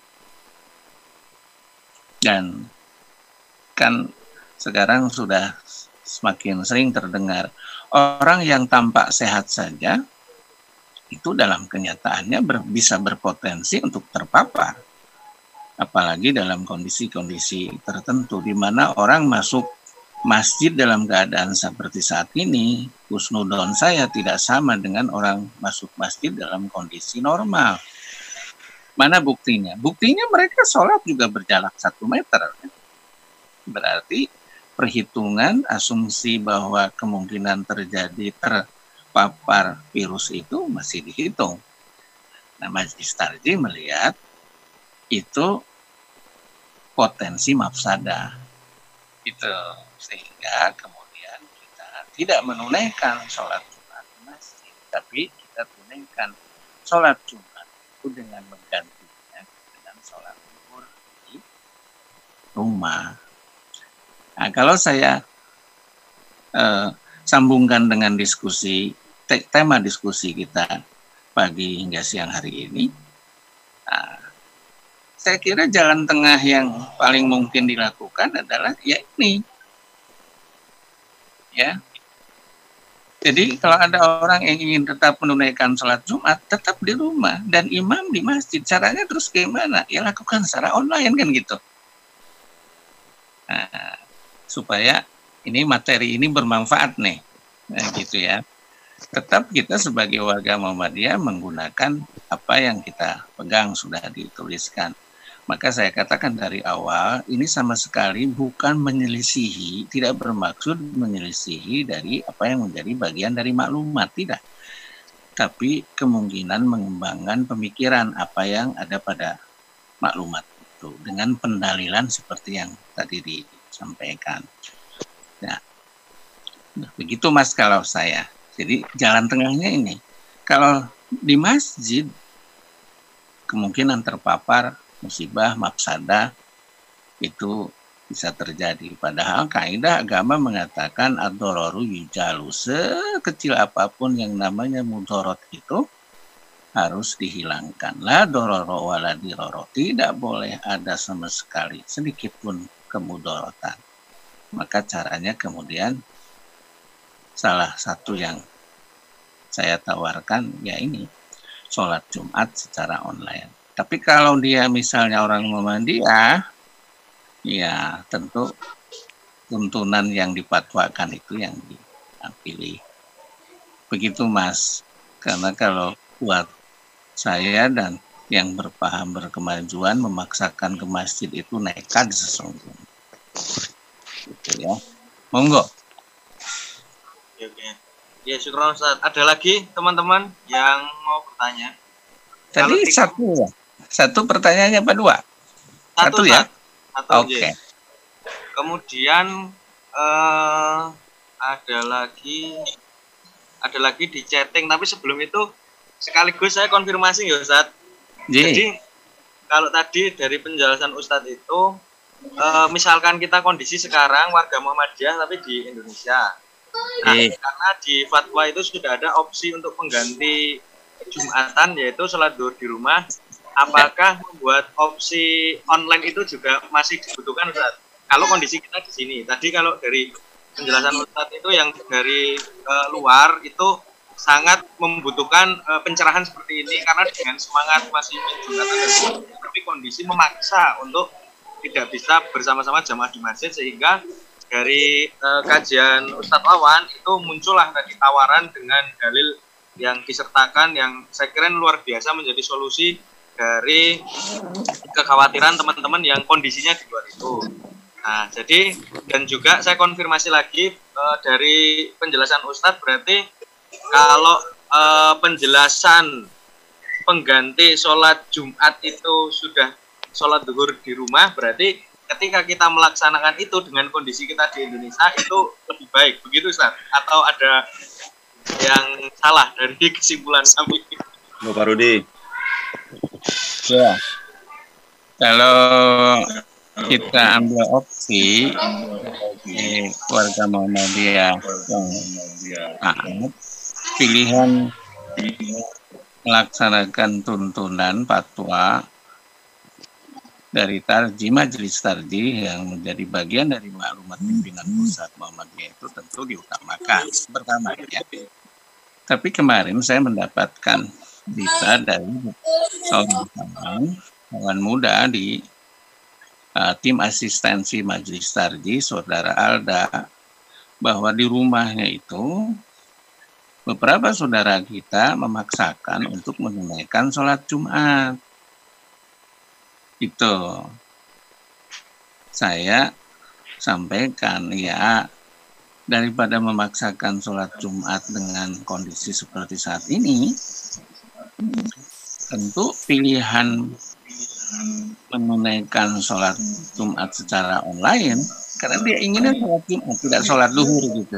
[SPEAKER 4] Dan kan sekarang sudah semakin sering terdengar orang yang tampak sehat saja itu dalam kenyataannya ber, bisa berpotensi untuk terpapar. Apalagi dalam kondisi-kondisi tertentu di mana orang masuk masjid dalam keadaan seperti saat ini, husnudon saya tidak sama dengan orang masuk masjid dalam kondisi normal. Mana buktinya? Buktinya mereka sholat juga berjarak satu meter. Berarti perhitungan asumsi bahwa kemungkinan terjadi terpapar virus itu masih dihitung. Nah, Majelis Tarjih melihat itu potensi mafsadah. Itu sehingga kemudian kita tidak menunaikan sholat Jumat di masjid, tapi kita tunaikan sholat Jumat itu dengan menggantinya dengan sholat zuhur di rumah. Nah, kalau saya eh, sambungkan dengan diskusi te- tema diskusi kita pagi hingga siang hari ini, nah, saya kira jalan tengah yang paling mungkin dilakukan adalah ya ini. Ya. Jadi kalau ada orang yang ingin tetap menunaikan sholat Jumat, tetap di rumah dan imam di masjid. Caranya terus gimana? Ya lakukan secara online kan gitu. Nah, supaya ini materi ini bermanfaat nih. Nah, gitu ya. Tetap kita sebagai warga Muhammadiyah menggunakan apa yang kita pegang sudah dituliskan. Maka saya katakan dari awal, ini sama sekali bukan menyelisihi, tidak bermaksud menyelisihi dari apa yang menjadi bagian dari maklumat, tidak. Tapi kemungkinan mengembangkan pemikiran apa yang ada pada maklumat itu, dengan pendalilan seperti yang tadi disampaikan. Nah, begitu Mas kalau saya. Jadi jalan tengahnya ini, kalau di masjid, kemungkinan terpapar musibah, mafsadah itu bisa terjadi. Padahal kaidah agama mengatakan ad-dararu yujalu. Sekecil apapun yang namanya mudarat itu harus dihilangkan. La darara wala dirara. Tidak boleh ada sama sekali sedikit pun kemudaratan. Maka caranya kemudian salah satu yang saya tawarkan ya ini, sholat Jumat secara online. Tapi kalau dia misalnya orang Muhammadiyah, ya tentu tuntunan yang dipatwakan itu yang dipilih. Begitu Mas, karena kalau buat saya dan yang berpaham berkemajuan memaksakan ke masjid itu nekat sesungguhnya. Gitu ya. Monggo.
[SPEAKER 5] Oke, oke. Ya, syukur Ustaz. Ada lagi teman-teman yang mau bertanya?
[SPEAKER 4] Tadi di... satu ya? Satu pertanyaannya apa dua?
[SPEAKER 5] Satu,
[SPEAKER 4] satu ya?
[SPEAKER 5] Oke. Okay.
[SPEAKER 4] Okay.
[SPEAKER 5] Kemudian eh, ada lagi ada lagi di chatting, tapi sebelum itu sekaligus saya konfirmasi ya Ustaz. Yeah. Jadi kalau tadi dari penjelasan Ustadz itu eh, misalkan kita kondisi sekarang warga Muhammadiyah tapi di Indonesia. Nah, yeah. Karena di fatwa itu sudah ada opsi untuk pengganti Jumatan yaitu sholat zuhur di rumah. Apakah membuat opsi online itu juga masih dibutuhkan Ustaz? Kalau kondisi kita di sini, tadi kalau dari penjelasan Ustadz itu yang dari uh, luar itu sangat membutuhkan uh, pencerahan seperti ini karena dengan semangat masih Jumatan, tapi kondisi memaksa untuk tidak bisa bersama-sama jamaah di masjid sehingga dari uh, kajian Ustadz Wawan itu muncullah tadi tawaran dengan dalil yang disertakan yang saya kira luar biasa menjadi solusi dari kekhawatiran teman-teman yang kondisinya di luar itu. Nah, jadi dan juga saya konfirmasi lagi e, dari penjelasan Ustadz berarti kalau e, penjelasan pengganti sholat Jumat itu sudah sholat zuhur di rumah, berarti ketika kita melaksanakan itu dengan kondisi kita di Indonesia itu lebih baik, begitu Ustadz? Atau ada yang salah dari kesimpulan kami?
[SPEAKER 6] Bapak Rudi.
[SPEAKER 4] Ya, kalau kita ambil opsi eh, warga Muhammadiyah yang taat, pilihan melaksanakan tuntunan fatwa dari tarji majelis tarji yang menjadi bagian dari maklumat pimpinan pusat Muhammadiyah itu tentu diutamakan pertama ya. Tapi kemarin saya mendapatkan bisa dari kawan kawan muda di uh, tim asistensi majelis tarji saudara Alda bahwa di rumahnya itu beberapa saudara kita memaksakan untuk menunaikan sholat Jumat. Itu saya sampaikan ya, daripada memaksakan sholat Jumat dengan kondisi seperti saat ini, tentu pilihan menunaikan sholat Jumat secara online karena dia inginnya sholat Jumat, tidak sholat duhur gitu.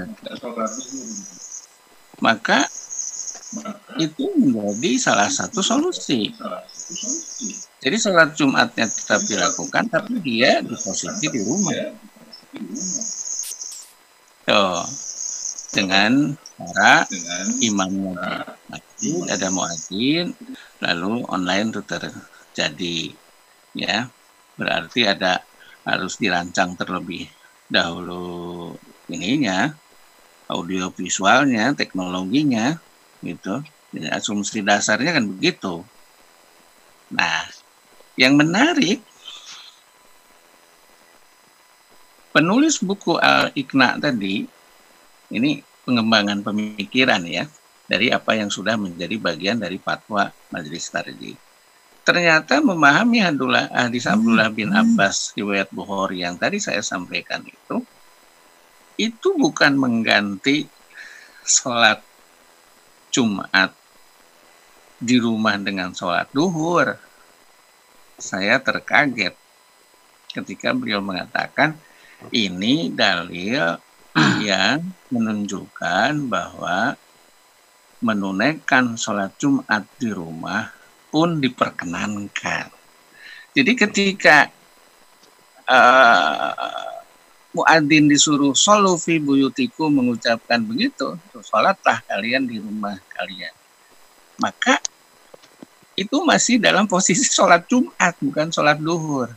[SPEAKER 4] Maka itu menjadi salah satu solusi. Jadi sholat Jumatnya tetap dilakukan, tapi dia di posisi di rumah. Tuh, dengan cara imamnya masjid, ada muadzin, lalu online itu terjadi, ya. Berarti ada harus dirancang terlebih dahulu ininya, audio visualnya, teknologinya, gitu. Jadi asumsi dasarnya kan begitu. Nah, yang menarik, penulis buku Al-Iqna tadi, ini pengembangan pemikiran ya, dari apa yang sudah menjadi bagian dari fatwa Majelis Tarji. Ternyata memahami hadis Abdullah bin Abbas riwayat Bukhari yang tadi saya sampaikan itu, itu bukan mengganti sholat Jumat di rumah dengan sholat duhur. Saya terkaget ketika beliau mengatakan ini dalil yang menunjukkan bahwa menunaikan sholat Jumat di rumah pun diperkenankan. Jadi ketika uh, muadzin disuruh sholu fi buyutikum mengucapkan begitu, sholatlah kalian di rumah kalian. Maka itu masih dalam posisi sholat Jumat, bukan sholat duhur.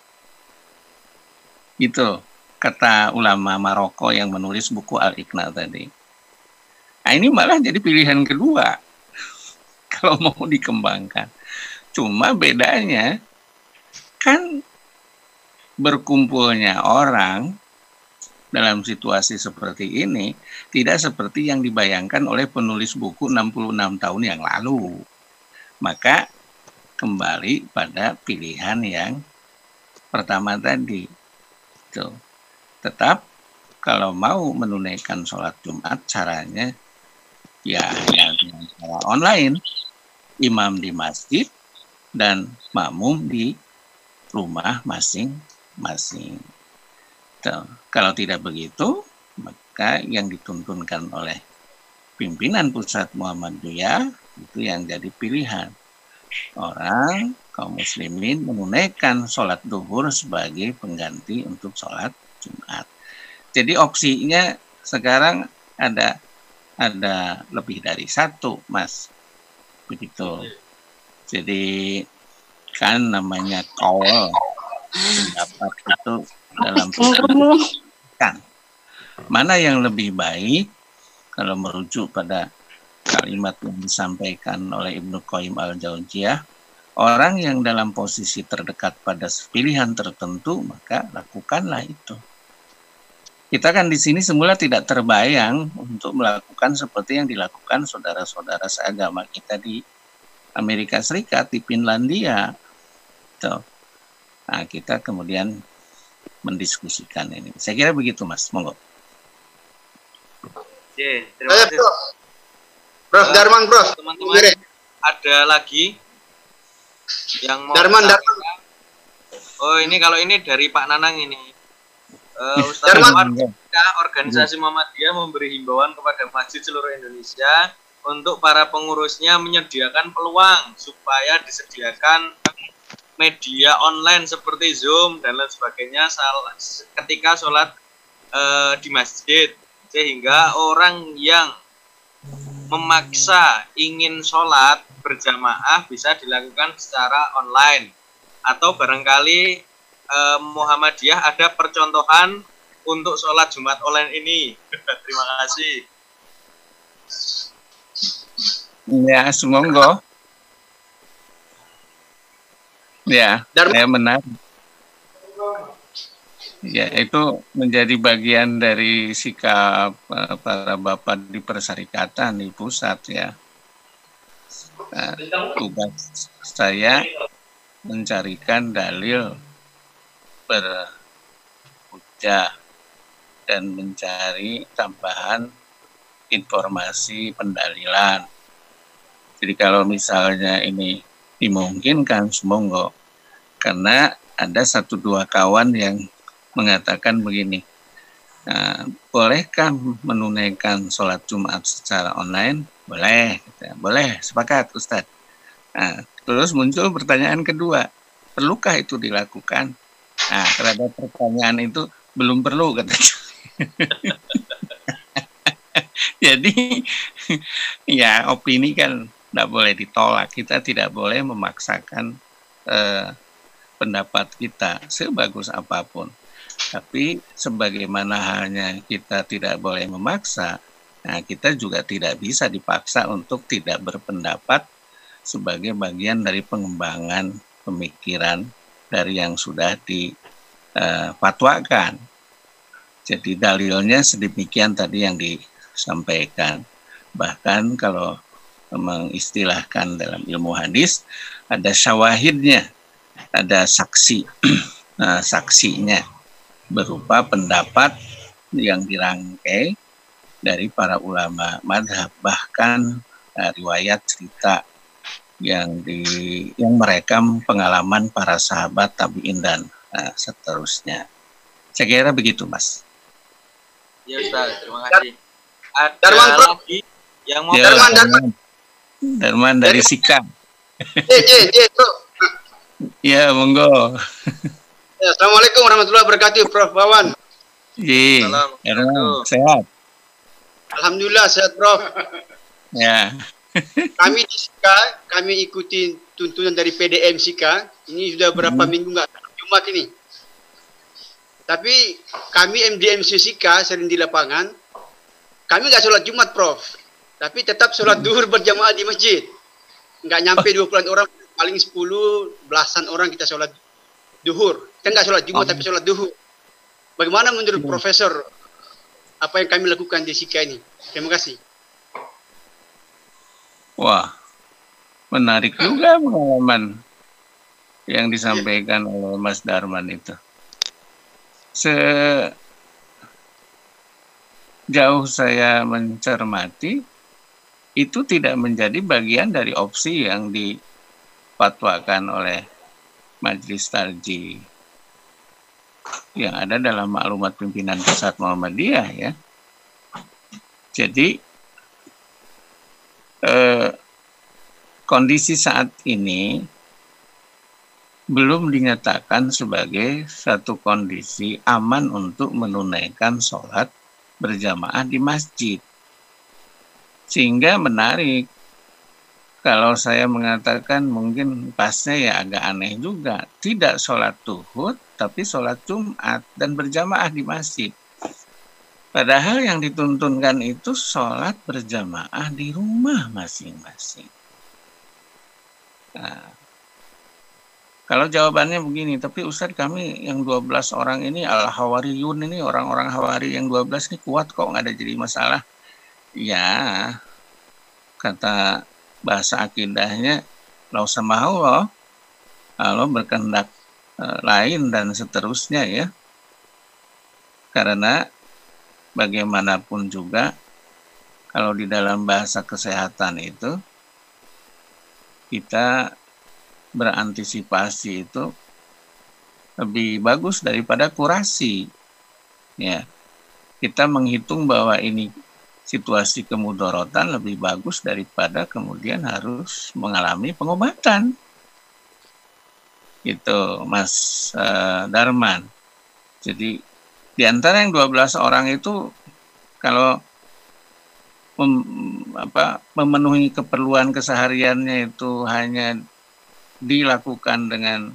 [SPEAKER 4] Itu kata ulama Maroko yang menulis buku Al-Iqna tadi. Nah, ini malah jadi pilihan kedua kalau mau dikembangkan. Cuma bedanya kan berkumpulnya orang dalam situasi seperti ini tidak seperti yang dibayangkan oleh penulis buku enam puluh enam tahun yang lalu. Maka kembali pada pilihan yang pertama tadi. Tuh. Tetap kalau mau menunaikan sholat Jumat caranya ya hanya dengan cara online, imam di masjid dan makmum di rumah masing-masing. Tuh. Kalau tidak begitu, maka yang dituntunkan oleh pimpinan pusat Muhammadiyah itu yang jadi pilihan. Orang kaum muslimin menunaikan sholat duhur sebagai pengganti untuk sholat Jumat. Jadi opsinya sekarang ada ada lebih dari satu, Mas. Begitu. Jadi kan namanya kaul pendapat itu dalam kan mana yang lebih baik kalau merujuk pada kalimat yang disampaikan oleh Ibnu Qayyim al-Jauziyah, orang yang dalam posisi terdekat pada pilihan tertentu, maka lakukanlah itu. Kita kan di sini semula tidak terbayang untuk melakukan seperti yang dilakukan saudara-saudara seagama kita di Amerika Serikat, di Finlandia. Tuh. Nah, kita kemudian mendiskusikan ini. Saya kira begitu, Mas. Monggo.
[SPEAKER 5] Oke, terima kasih.
[SPEAKER 6] Prof Darman, Prof.
[SPEAKER 5] Teman-teman, ada lagi yang mau
[SPEAKER 6] Darman,
[SPEAKER 5] kita...
[SPEAKER 6] Darman.
[SPEAKER 5] Oh, ini kalau ini dari Pak Nanang ini. Uh, Ustaz
[SPEAKER 6] Darman.
[SPEAKER 5] Organisasi Muhammadiyah memberi himbauan kepada masjid seluruh Indonesia untuk para pengurusnya menyediakan peluang supaya disediakan media online seperti Zoom dan lain sebagainya ketika sholat uh, di masjid, sehingga orang yang memaksa ingin sholat berjamaah bisa dilakukan secara online, atau barangkali eh, Muhammadiyah ada percontohan untuk sholat Jumat online ini. Terima kasih.
[SPEAKER 4] Ya, semoga. Ya, saya benar. Ya, itu menjadi bagian dari sikap uh, para bapak di perserikatan di pusat ya. Nah, tugas saya mencarikan dalil berhujjah dan mencari tambahan informasi pendalilan. Jadi kalau misalnya ini dimungkinkan, semoga, karena ada satu dua kawan yang mengatakan begini, nah, bolehkah menunaikan sholat Jumat secara online? Boleh, gitu. Boleh, sepakat Ustadz. Nah, terus muncul pertanyaan kedua, perlukah itu dilakukan? Nah, terhadap pertanyaan itu belum perlu katanya. Jadi, ya opini kan tidak boleh ditolak. Kita tidak boleh memaksakan eh, pendapat kita sebagus apapun. Tapi sebagaimana halnya kita tidak boleh memaksa, nah kita juga tidak bisa dipaksa untuk tidak berpendapat sebagai bagian dari pengembangan pemikiran dari yang sudah difatwakan. Jadi dalilnya sedemikian tadi yang disampaikan. Bahkan kalau mengistilahkan dalam ilmu hadis, ada syawahidnya, ada saksi, nah, saksinya, berupa pendapat yang dirangkai dari para ulama madhab, bahkan uh, riwayat cerita yang di yang merekam pengalaman para sahabat tabi'in dan uh, seterusnya. Saya kira begitu, Mas.
[SPEAKER 5] Ya Ustaz, terima kasih. Ada
[SPEAKER 6] Darman,
[SPEAKER 5] lagi yang mau
[SPEAKER 4] ya,
[SPEAKER 6] Darman, Darman.
[SPEAKER 4] Darman dari Sika.
[SPEAKER 6] J, J, J, Bro.
[SPEAKER 4] Ya, monggo.
[SPEAKER 6] Eh, Ya, Assalamualaikum warahmatullahi wabarakatuh, Prof Wawan.
[SPEAKER 4] Iya,
[SPEAKER 5] Assalamualaikum.
[SPEAKER 4] sehat.
[SPEAKER 6] Alhamdulillah sehat, Prof.
[SPEAKER 4] Ya.
[SPEAKER 6] Kami di Sika, kami ikuti tuntunan dari P D M Sika. Ini sudah berapa
[SPEAKER 4] Hmm.
[SPEAKER 6] minggu nggak Jumat ini. Tapi kami M D M C Sika sering di lapangan. Kami nggak sholat Jumat, Prof. Tapi tetap sholat duhur berjamaah di masjid. Nggak nyampe dua puluhan orang, paling sepuluh belasan orang kita sholat duhur. Kita nggak sholat Jumat,
[SPEAKER 4] Oh.
[SPEAKER 6] tapi sholat duhur. Bagaimana menurut
[SPEAKER 4] Hmm.
[SPEAKER 6] Profesor apa yang kami lakukan di Sika ini? Terima kasih.
[SPEAKER 4] Wah, menarik juga pengalaman yang disampaikan oleh Mas Darman itu. Sejauh saya mencermati, itu tidak menjadi bagian dari opsi yang difatwakan oleh Majelis Tarjih yang ada dalam maklumat pimpinan Pusat Muhammadiyah ya. Jadi eh, kondisi saat ini belum dinyatakan sebagai satu kondisi aman untuk menunaikan sholat berjamaah di masjid. Sehingga menarik kalau saya mengatakan mungkin pasnya ya agak aneh juga. Tidak sholat duhur, tapi sholat Jumat dan berjamaah di masjid. Padahal yang dituntunkan itu sholat berjamaah di rumah masing-masing. Nah, kalau jawabannya begini, tapi Ustadz kami yang dua belas orang ini al-hawariyun ini, orang-orang hawari yang dua belas ini kuat kok, nggak ada jadi masalah. Ya, kata bahasa akidahnya, lau samahu loh, Allah berkehendak e, lain dan seterusnya ya. Karena bagaimanapun juga, kalau di dalam bahasa kesehatan itu, kita berantisipasi itu lebih bagus daripada kurasi. Ya, kita menghitung bahwa ini situasi kemudorotan lebih bagus daripada kemudian harus mengalami pengobatan. Itu Mas uh, Darman. Jadi di antara yang dua belas orang itu kalau mem, apa, memenuhi keperluan kesehariannya itu hanya dilakukan dengan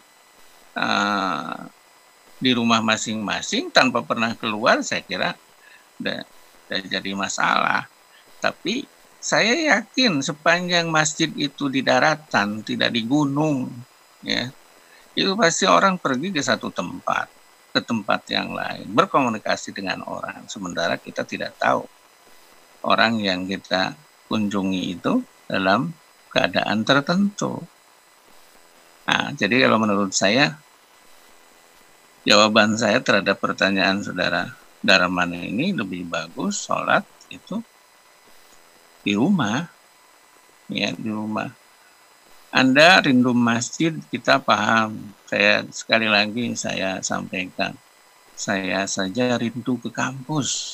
[SPEAKER 4] uh, di rumah masing-masing tanpa pernah keluar, saya kira udah, udah jadi masalah. Tapi saya yakin sepanjang masjid itu di daratan, tidak di gunung, ya, itu pasti orang pergi ke satu tempat, ke tempat yang lain, berkomunikasi dengan orang. Sementara kita tidak tahu orang yang kita kunjungi itu dalam keadaan tertentu. Nah, jadi kalau menurut saya, jawaban saya terhadap pertanyaan saudara Darman ini lebih bagus sholat itu di rumah, ya di rumah. Anda rindu masjid, kita paham. Saya sekali lagi saya sampaikan, saya saja rindu ke kampus.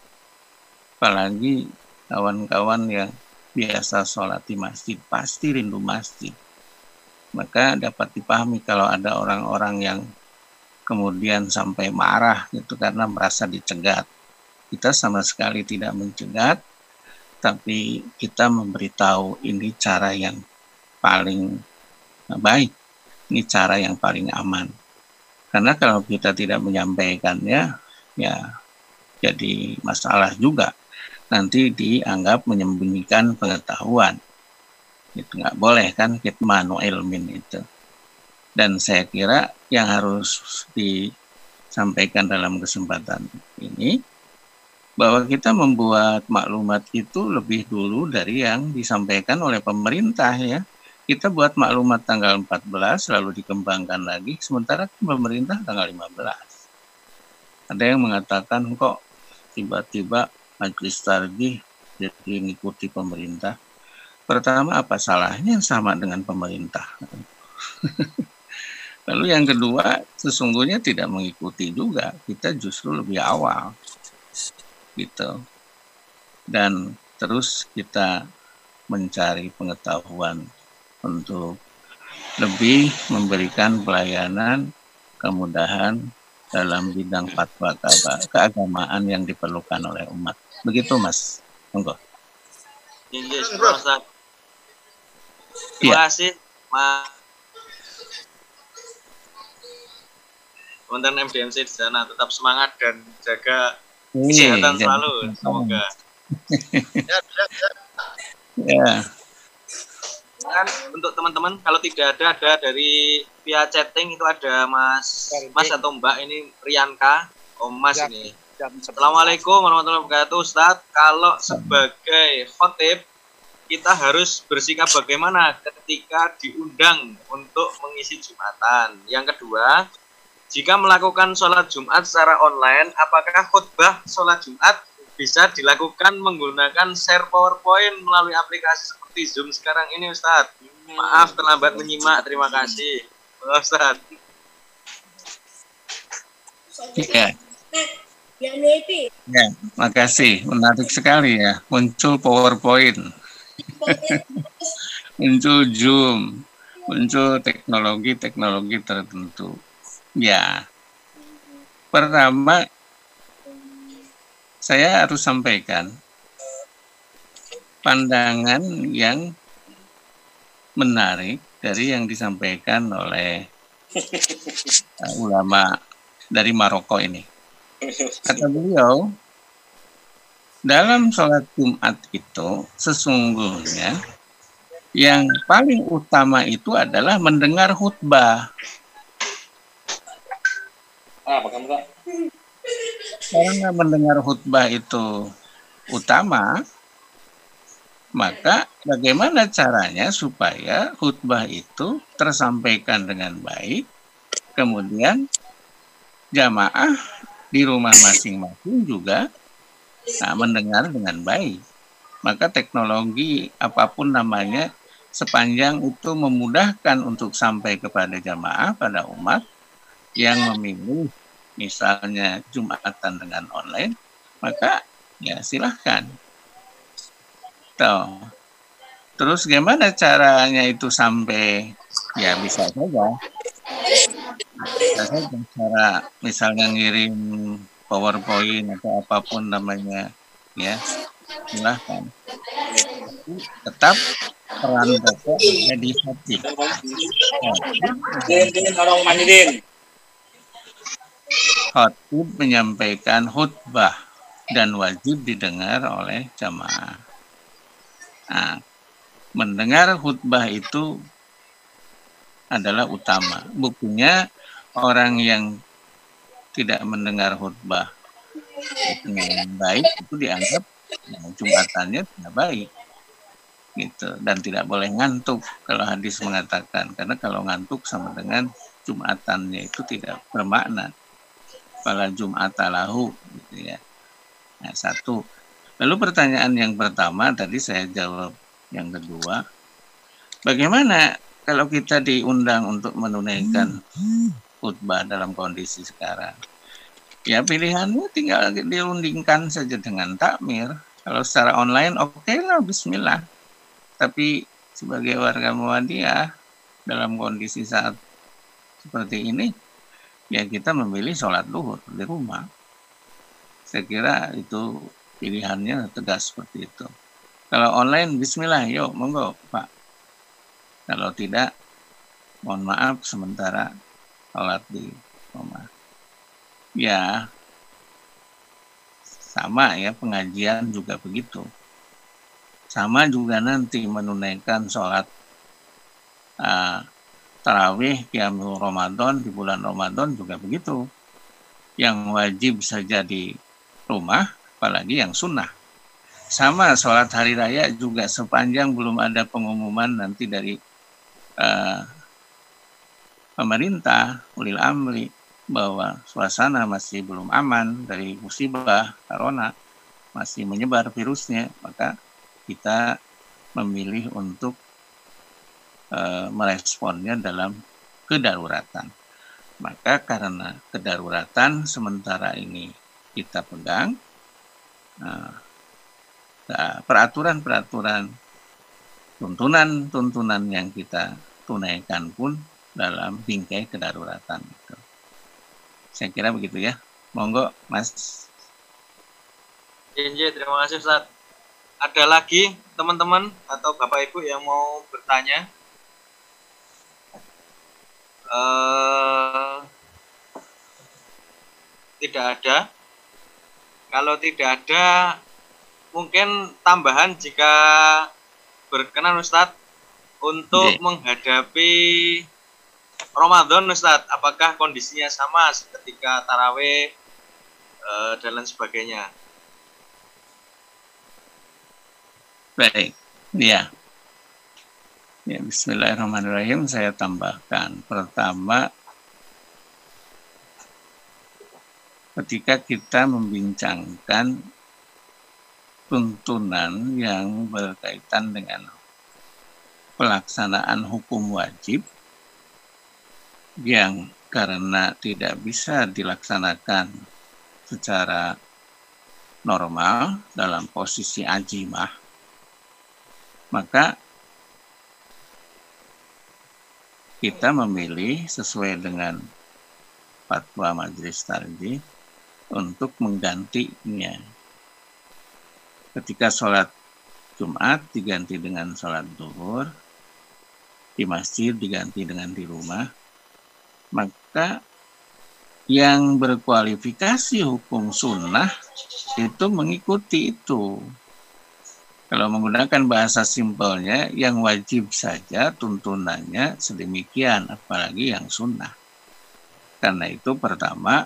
[SPEAKER 4] Apalagi kawan-kawan yang biasa sholat di masjid, pasti rindu masjid. Maka dapat dipahami kalau ada orang-orang yang kemudian sampai marah gitu karena merasa dicegat. Kita sama sekali tidak mencegat, tapi kita memberitahu ini cara yang paling baik, ini cara yang paling aman. Karena kalau kita tidak menyampaikannya, ya jadi masalah juga. Nanti dianggap menyembunyikan pengetahuan. Itu nggak boleh kan, kitmanu ilmin itu. Dan saya kira yang harus disampaikan dalam kesempatan ini, bahwa kita membuat maklumat itu lebih dulu dari yang disampaikan oleh pemerintah ya. Kita buat maklumat tanggal empat belas, lalu dikembangkan lagi, sementara pemerintah tanggal lima belas. Ada yang mengatakan kok tiba-tiba Majelis Tarjih jadi mengikuti pemerintah. Pertama, apa salahnya sama dengan pemerintah? Lalu yang kedua, sesungguhnya tidak mengikuti juga. Kita justru lebih awal. Gitu. Dan terus kita mencari pengetahuan untuk lebih memberikan pelayanan kemudahan dalam bidang fatwa keagamaan yang diperlukan oleh umat. Begitu Mas. Monggo.
[SPEAKER 5] Iya, Ustaz. Terima
[SPEAKER 4] Ya.
[SPEAKER 5] kasih, Mas. Teman-teman M D M C di sana tetap semangat dan jaga kesehatan
[SPEAKER 4] Iya,
[SPEAKER 5] selalu.
[SPEAKER 4] jangan-
[SPEAKER 5] Semoga.
[SPEAKER 6] Ya, ya, ya.
[SPEAKER 4] Ya.
[SPEAKER 5] Kan untuk teman-teman kalau tidak ada ada dari via chatting itu ada Mas Mas atau Mbak ini Rianka, Om Mas ini. Assalamualaikum warahmatullahi wabarakatuh, Ustadz. Kalau sebagai khotib kita harus bersikap bagaimana ketika diundang untuk mengisi Jumatan? Yang kedua, jika melakukan sholat Jumat secara online, apakah khutbah sholat Jumat bisa dilakukan menggunakan share PowerPoint melalui aplikasi seperti Zoom sekarang ini, Ustadz? Maaf terlambat menyimak, terima kasih, Ustadz.
[SPEAKER 4] Ya. Ya, makasih. Menarik sekali ya. Muncul PowerPoint, muncul Zoom, muncul teknologi-teknologi tertentu. Ya, pertama saya harus sampaikan pandangan yang menarik dari yang disampaikan oleh uh, ulama dari Maroko ini. Kata beliau, dalam sholat Jumat itu sesungguhnya yang paling utama itu adalah mendengar khutbah. Karena mendengar khutbah itu utama, maka bagaimana caranya supaya khutbah itu tersampaikan dengan baik, kemudian jamaah di rumah masing-masing juga nah, mendengar dengan baik. Maka teknologi apapun namanya, sepanjang itu memudahkan untuk sampai kepada jamaah, pada umat yang memilih misalnya Jumatan dengan online, maka ya silahkan. Tuh. Terus gimana caranya itu sampai, ya bisa saja. Bisa saja cara misalnya ngirim PowerPoint atau apapun namanya, ya silahkan. Tetap peran pokok jadi hati. Khotib menyampaikan khutbah dan wajib didengar oleh jamaah. Nah, mendengar khutbah itu adalah utama. Buktinya orang yang tidak mendengar khutbah dengan baik itu dianggap ya, Jumatannya tidak baik, gitu, dan tidak boleh ngantuk kalau hadis mengatakan, karena kalau ngantuk sama dengan Jumatannya itu tidak bermakna. Fala Jum'ata lahu, gitu ya. Nah, satu. Lalu pertanyaan yang pertama tadi saya jawab. Yang kedua, bagaimana kalau kita diundang untuk menunaikan khutbah dalam kondisi sekarang? Ya pilihannya tinggal dirundingkan saja dengan takmir. Kalau secara online oke okay lah, bismillah. Tapi sebagai warga Muhammadiyah dalam kondisi saat seperti ini, ya kita memilih sholat duhur di rumah. Saya kira itu pilihannya tegas seperti itu. Kalau online, bismillah, yuk, monggo, Pak. Kalau tidak, mohon maaf, sementara sholat di rumah. Ya, sama ya, pengajian juga begitu. Sama juga nanti menunaikan sholat uh, tarawih, qiyamul Ramadan di bulan Ramadan juga begitu. Yang wajib saja di rumah, apalagi yang sunnah. Sama sholat hari raya juga sepanjang belum ada pengumuman nanti dari uh, pemerintah, ulil amri, bahwa suasana masih belum aman dari musibah corona, masih menyebar virusnya, maka kita memilih untuk uh, meresponnya dalam kedaruratan. Maka karena kedaruratan sementara ini kita pegang, uh, peraturan-peraturan, tuntunan-tuntunan yang kita tunaikan pun dalam bingkai kedaruratan itu. Saya kira begitu ya. Monggo, Mas.
[SPEAKER 5] Iya, terima kasih Ustaz. Ada lagi teman-teman atau Bapak Ibu yang mau bertanya? Uh, tidak ada. Kalau tidak ada, mungkin tambahan jika berkenan Ustadz untuk yeah. menghadapi Ramadan Ustadz, apakah kondisinya sama ketika taraweh uh, dan lain sebagainya?
[SPEAKER 4] Baik, ya. Ya, bismillahirrahmanirrahim. Saya tambahkan. Pertama, ketika kita membincangkan tuntunan yang berkaitan dengan pelaksanaan hukum wajib yang karena tidak bisa dilaksanakan secara normal dalam posisi ajimah, maka kita memilih sesuai dengan fatwa Majelis Tarjih untuk menggantinya. Ketika sholat Jumat diganti dengan sholat zuhur, di masjid diganti dengan di rumah, maka yang berkualifikasi hukum sunnah itu mengikuti itu. Kalau menggunakan bahasa simpelnya, yang wajib saja tuntunannya sedemikian, apalagi yang sunnah. Karena itu pertama,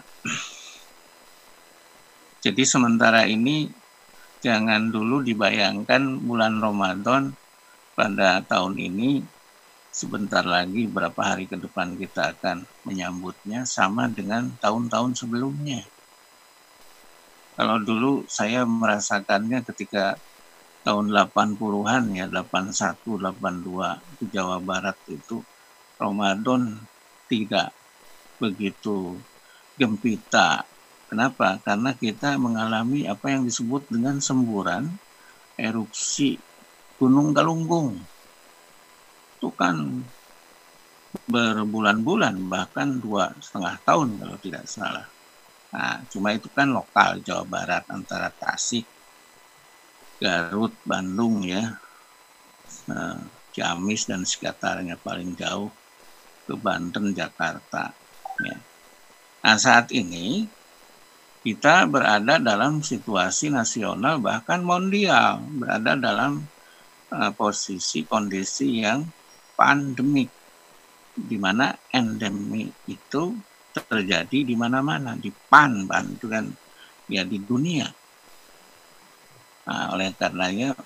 [SPEAKER 4] jadi sementara ini jangan dulu dibayangkan bulan Ramadan pada tahun ini, sebentar lagi berapa hari ke depan kita akan menyambutnya sama dengan tahun-tahun sebelumnya. Kalau dulu saya merasakannya ketika tahun delapan puluhan ya, delapan puluh satu, delapan puluh dua di Jawa Barat itu Ramadan tidak begitu gempita. Kenapa? Karena kita mengalami apa yang disebut dengan semburan erupsi Gunung Galunggung. Itu kan berbulan-bulan, bahkan dua setengah tahun kalau tidak salah. Nah, cuma itu kan lokal Jawa Barat, antara Tasik, Garut, Bandung ya, nah, Ciamis dan sekitarnya paling jauh ke Banten, Jakarta. Ya. Nah, saat ini kita berada dalam situasi nasional bahkan mondial, berada dalam uh, posisi kondisi yang pandemik, di mana endemi itu terjadi di mana-mana, di pan, pan itu kan ya di dunia. Nah, oleh karenanya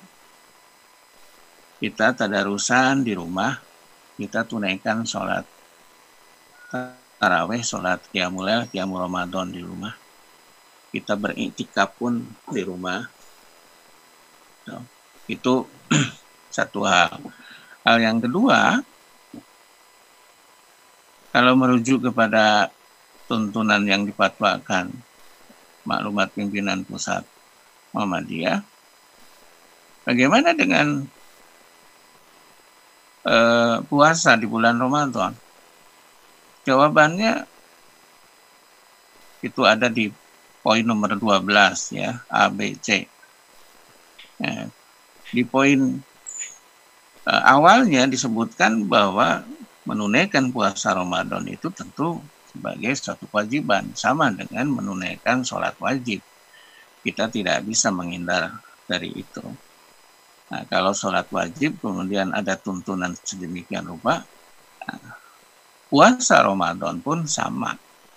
[SPEAKER 4] kita tadarusan di rumah, kita tunaikan sholat taraweh, sholat qiyamul lail, qiyamul Ramadan di rumah. Kita beriktikaf pun di rumah. So, itu satu hal. Hal yang kedua, kalau merujuk kepada tuntunan yang difatwakan maklumat pimpinan pusat Muhammadiyah, bagaimana dengan uh, puasa di bulan Ramadan? Jawabannya itu ada di poin nomor dua belas ya, A, B, C. Ya, di poin uh, awalnya disebutkan bahwa menunaikan puasa Ramadan itu tentu sebagai suatu kewajiban, sama dengan menunaikan sholat wajib. Kita tidak bisa menghindar dari itu. Nah, kalau sholat wajib kemudian ada tuntunan sedemikian rupa, nah, puasa Ramadan pun sama.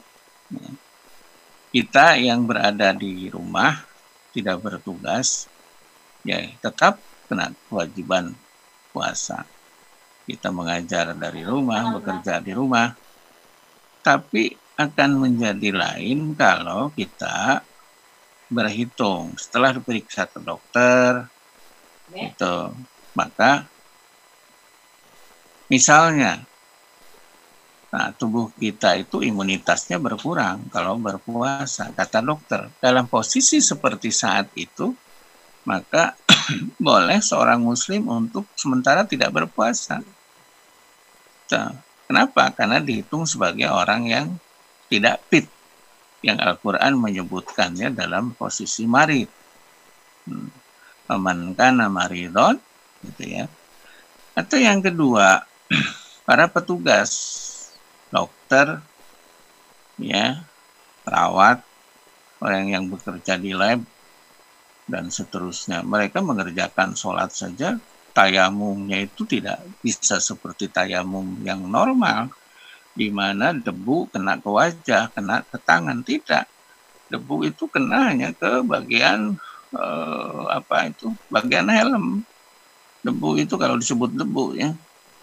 [SPEAKER 4] Kita yang berada di rumah tidak bertugas, ya tetap kena kewajiban puasa. Kita mengajar dari rumah, bekerja di rumah, tapi akan menjadi lain kalau kita berhitung setelah diperiksa ke dokter itu, maka misalnya nah, tubuh kita itu imunitasnya berkurang kalau berpuasa, kata dokter. Dalam posisi seperti saat itu, maka boleh seorang muslim untuk sementara tidak berpuasa. Kenapa? Karena dihitung sebagai orang yang tidak fit yang Al-Quran menyebutkannya dalam posisi marid. Faman kana maridon, gitu ya. Atau yang kedua, para petugas, dokter, ya, perawat, orang yang bekerja di lab, dan seterusnya. Mereka mengerjakan sholat saja, tayamumnya itu tidak bisa seperti tayamum yang normal, di mana debu kena ke wajah, kena ke tangan. Tidak. Debu itu kena hanya ke bagian, eh, apa itu, bagian helm. Debu itu kalau disebut debu ya,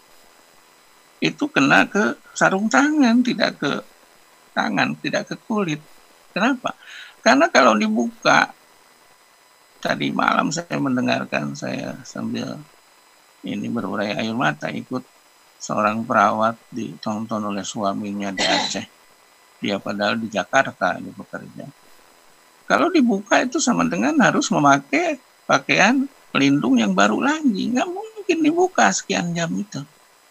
[SPEAKER 4] itu kena ke sarung tangan, tidak ke tangan, tidak ke kulit. Kenapa? Karena kalau dibuka, tadi malam saya mendengarkan, saya sambil ini berurai air mata, ikut seorang perawat ditonton oleh suaminya di Aceh. Dia padahal di Jakarta dia bekerja. Kalau dibuka itu sama dengan harus memakai pakaian pelindung yang baru lagi. Nggak mungkin dibuka sekian jam itu.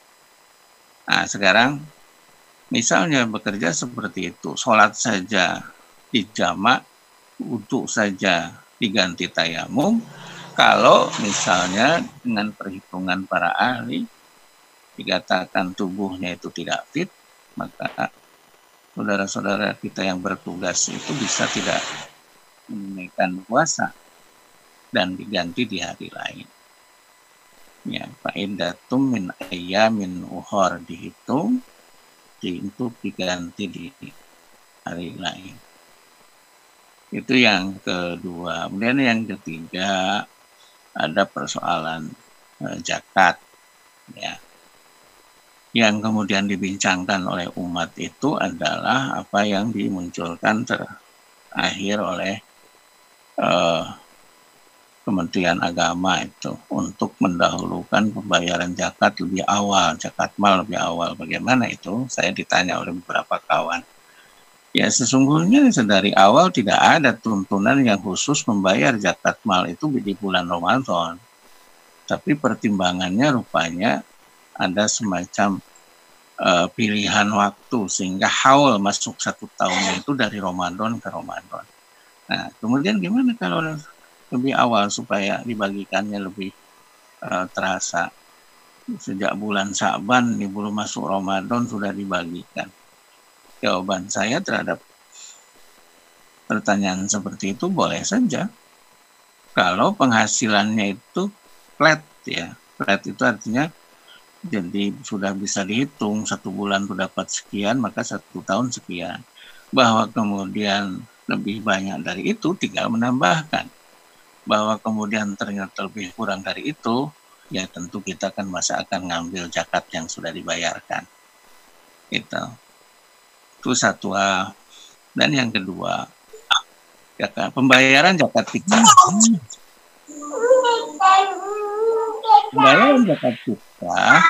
[SPEAKER 4] Nah sekarang misalnya bekerja seperti itu, sholat saja dijamak, wudhu saja diganti tayamum. Kalau misalnya dengan perhitungan para ahli dikatakan tubuhnya itu tidak fit, maka saudara-saudara kita yang bertugas itu bisa tidak menunaikan puasa dan diganti di hari lain. Ya, fa'iddatum min ayyamin ukhar dihitung di, untuk diganti di hari lain. Itu yang kedua. Kemudian yang ketiga ada persoalan eh, zakat, ya. Yang kemudian dibincangkan oleh umat itu adalah apa yang dimunculkan terakhir oleh eh, Kementerian Agama itu untuk mendahulukan pembayaran zakat lebih awal, zakat mal lebih awal. Bagaimana itu? Saya ditanya oleh beberapa kawan. Ya sesungguhnya dari awal tidak ada tuntunan yang khusus membayar zakat mal itu di bulan Ramadan. Tapi pertimbangannya rupanya ada semacam uh, pilihan waktu sehingga haul masuk satu tahun itu dari Ramadan ke Ramadan. Nah kemudian gimana kalau lebih awal supaya dibagikannya lebih uh, terasa? Sejak bulan Sya'ban nih belum masuk Ramadan sudah dibagikan. Jawaban saya terhadap pertanyaan seperti itu boleh saja. Kalau penghasilannya itu flat ya. Flat itu artinya jadi sudah bisa dihitung satu bulan tuh dapat sekian maka satu tahun sekian. Bahwa kemudian lebih banyak dari itu tinggal menambahkan. Bahwa kemudian ternyata lebih kurang dari itu ya tentu kita kan masa akan ngambil zakat yang sudah dibayarkan. Itu. Itu satu hal. Dan yang kedua, zakat, pembayaran zakat fitrah. Pembayaran zakat fitrah,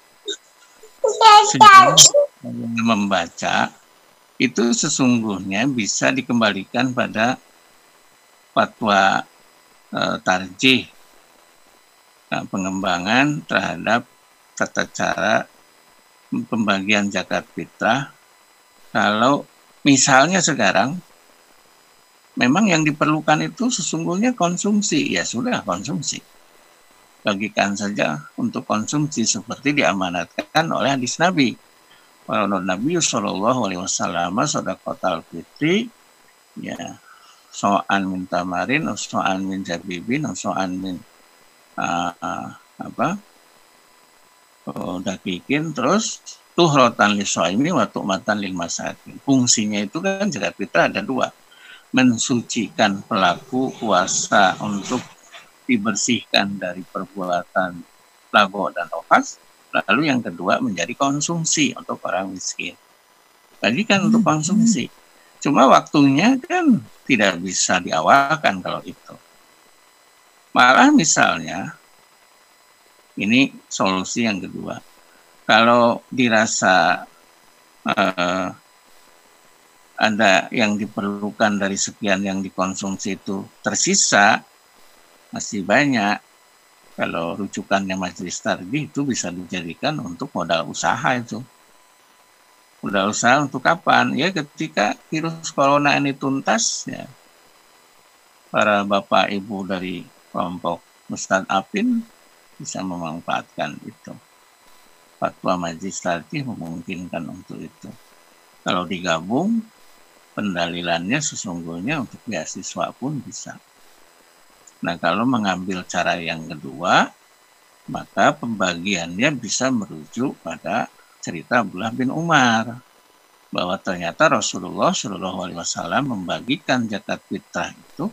[SPEAKER 4] yang membaca, itu sesungguhnya bisa dikembalikan pada fatwa e, tarjih, nah, pengembangan terhadap tata cara pembagian zakat fitrah. Kalau misalnya sekarang memang yang diperlukan itu sesungguhnya konsumsi, ya sudah konsumsi. Bagikan saja untuk konsumsi seperti diamanatkan oleh hadis Nabi. Kalau Nabi Shallallahu Alaihi Wasallam sadaqatul fitri, ya so'an min tamarin, so'an min zabibin, so'an min uh, uh, apa, oh, dakikin, terus tuhrotan li so'imi wa tu'matan lil masakin. Fungsinya itu kan zakat fitrah ada dua. Mensucikan pelaku puasa untuk dibersihkan dari perbuatan lago dan ofas. Lalu yang kedua menjadi konsumsi untuk orang miskin. Tadi kan untuk konsumsi. Cuma waktunya kan tidak bisa diawalkan kalau itu. Malah misalnya, ini solusi yang kedua. Kalau dirasa uh, ada yang diperlukan dari sekian yang dikonsumsi itu tersisa, masih banyak. Kalau rujukannya majelis tarjih itu bisa dijadikan untuk modal usaha itu. Udah usaha untuk kapan? Ya ketika virus corona ini tuntas, ya para bapak ibu dari kelompok Ustadz Apin bisa memanfaatkan itu. Fatwa Majelis Taklim memungkinkan untuk itu. Kalau digabung, pendalilannya sesungguhnya untuk beasiswa pun bisa. Nah, kalau mengambil cara yang kedua, maka pembagiannya bisa merujuk pada cerita Abdullah bin Umar, bahwa ternyata Rasulullah Shallallahu Alaihi Wasallam membagikan zakat fitrah itu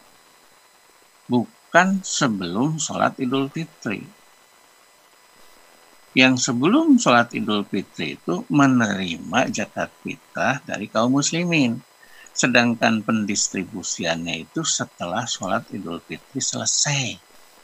[SPEAKER 4] bukan sebelum sholat Idul Fitri. Yang sebelum sholat Idul Fitri itu menerima zakat fitrah dari kaum muslimin. Sedangkan pendistribusiannya itu setelah sholat Idul Fitri selesai.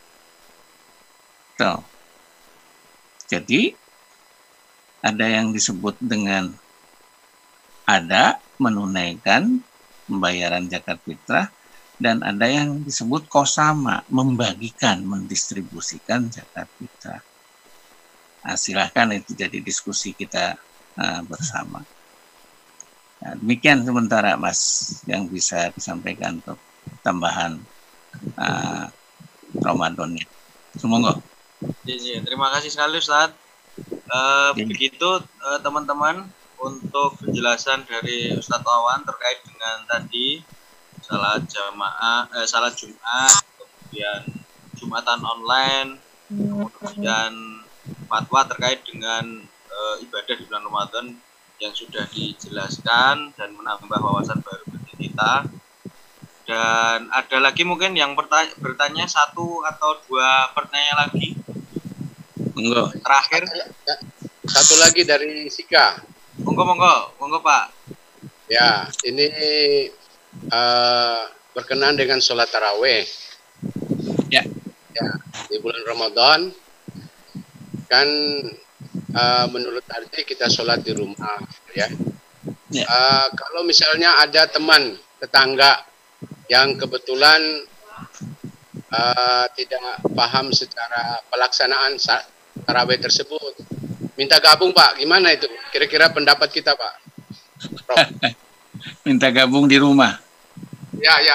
[SPEAKER 4] Tuh. Jadi, ada yang disebut dengan ada menunaikan pembayaran zakat fitrah, dan ada yang disebut kosama, membagikan, mendistribusikan zakat fitrah. Nah, silahkan itu jadi diskusi kita uh, bersama. Nah, demikian sementara Mas yang bisa disampaikan untuk tambahan uh, Ramadannya. Semoga.
[SPEAKER 5] Ya, terima kasih sekali Ustaz. Uh, begitu uh, teman-teman untuk penjelasan dari Ustadz Wawan terkait dengan tadi salat jamaah, eh, salat Jumat, kemudian Jumatan online, kemudian fatwa terkait dengan uh, ibadah di bulan Ramadan yang sudah dijelaskan dan menambah wawasan baru bagi kita. Dan ada lagi mungkin yang bertanya, bertanya satu atau dua pertanyaan lagi.
[SPEAKER 4] Monggo.
[SPEAKER 5] Terakhir.
[SPEAKER 6] Satu lagi dari Sika.
[SPEAKER 5] Monggo, monggo, monggo Pak.
[SPEAKER 6] Ya, ini uh, berkenaan dengan sholat taraweh.
[SPEAKER 4] Ya.
[SPEAKER 6] Ya, di bulan Ramadan kan uh, menurut arti kita sholat di rumah, ya.
[SPEAKER 4] Ya.
[SPEAKER 6] Uh, kalau misalnya ada teman tetangga yang kebetulan uh, tidak paham secara pelaksanaan tarawih tersebut, minta gabung Pak, gimana itu? Kira-kira pendapat kita Pak? Prof.
[SPEAKER 4] Minta gabung di rumah.
[SPEAKER 6] Ya, ya.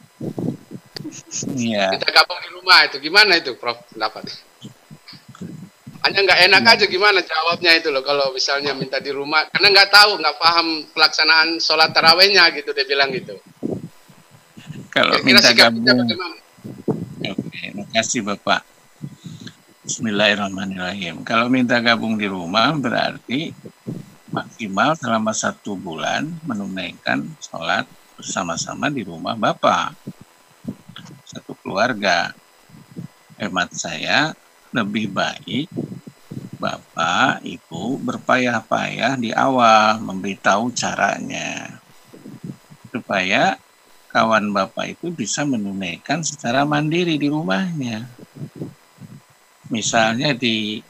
[SPEAKER 4] Iya.
[SPEAKER 6] Minta gabung di rumah itu gimana itu Prof? Pendapat? Hanya nggak enak aja gimana jawabnya itu loh kalau misalnya minta di rumah, karena nggak tahu, nggak paham pelaksanaan sholat tarawihnya gitu, dia bilang gitu.
[SPEAKER 4] Kalau
[SPEAKER 6] Kira-kira
[SPEAKER 4] minta gabung.
[SPEAKER 6] Oke,
[SPEAKER 4] terima kasih Bapak. Bismillahirrahmanirrahim. Kalau minta gabung di rumah berarti maksimal selama satu bulan menunaikan sholat bersama-sama di rumah Bapak. Satu keluarga. Hemat saya lebih baik Bapak, Ibu berpayah-payah di awal memberitahu caranya. Supaya kawan Bapak itu bisa menunaikan secara mandiri di rumahnya. Misalnya di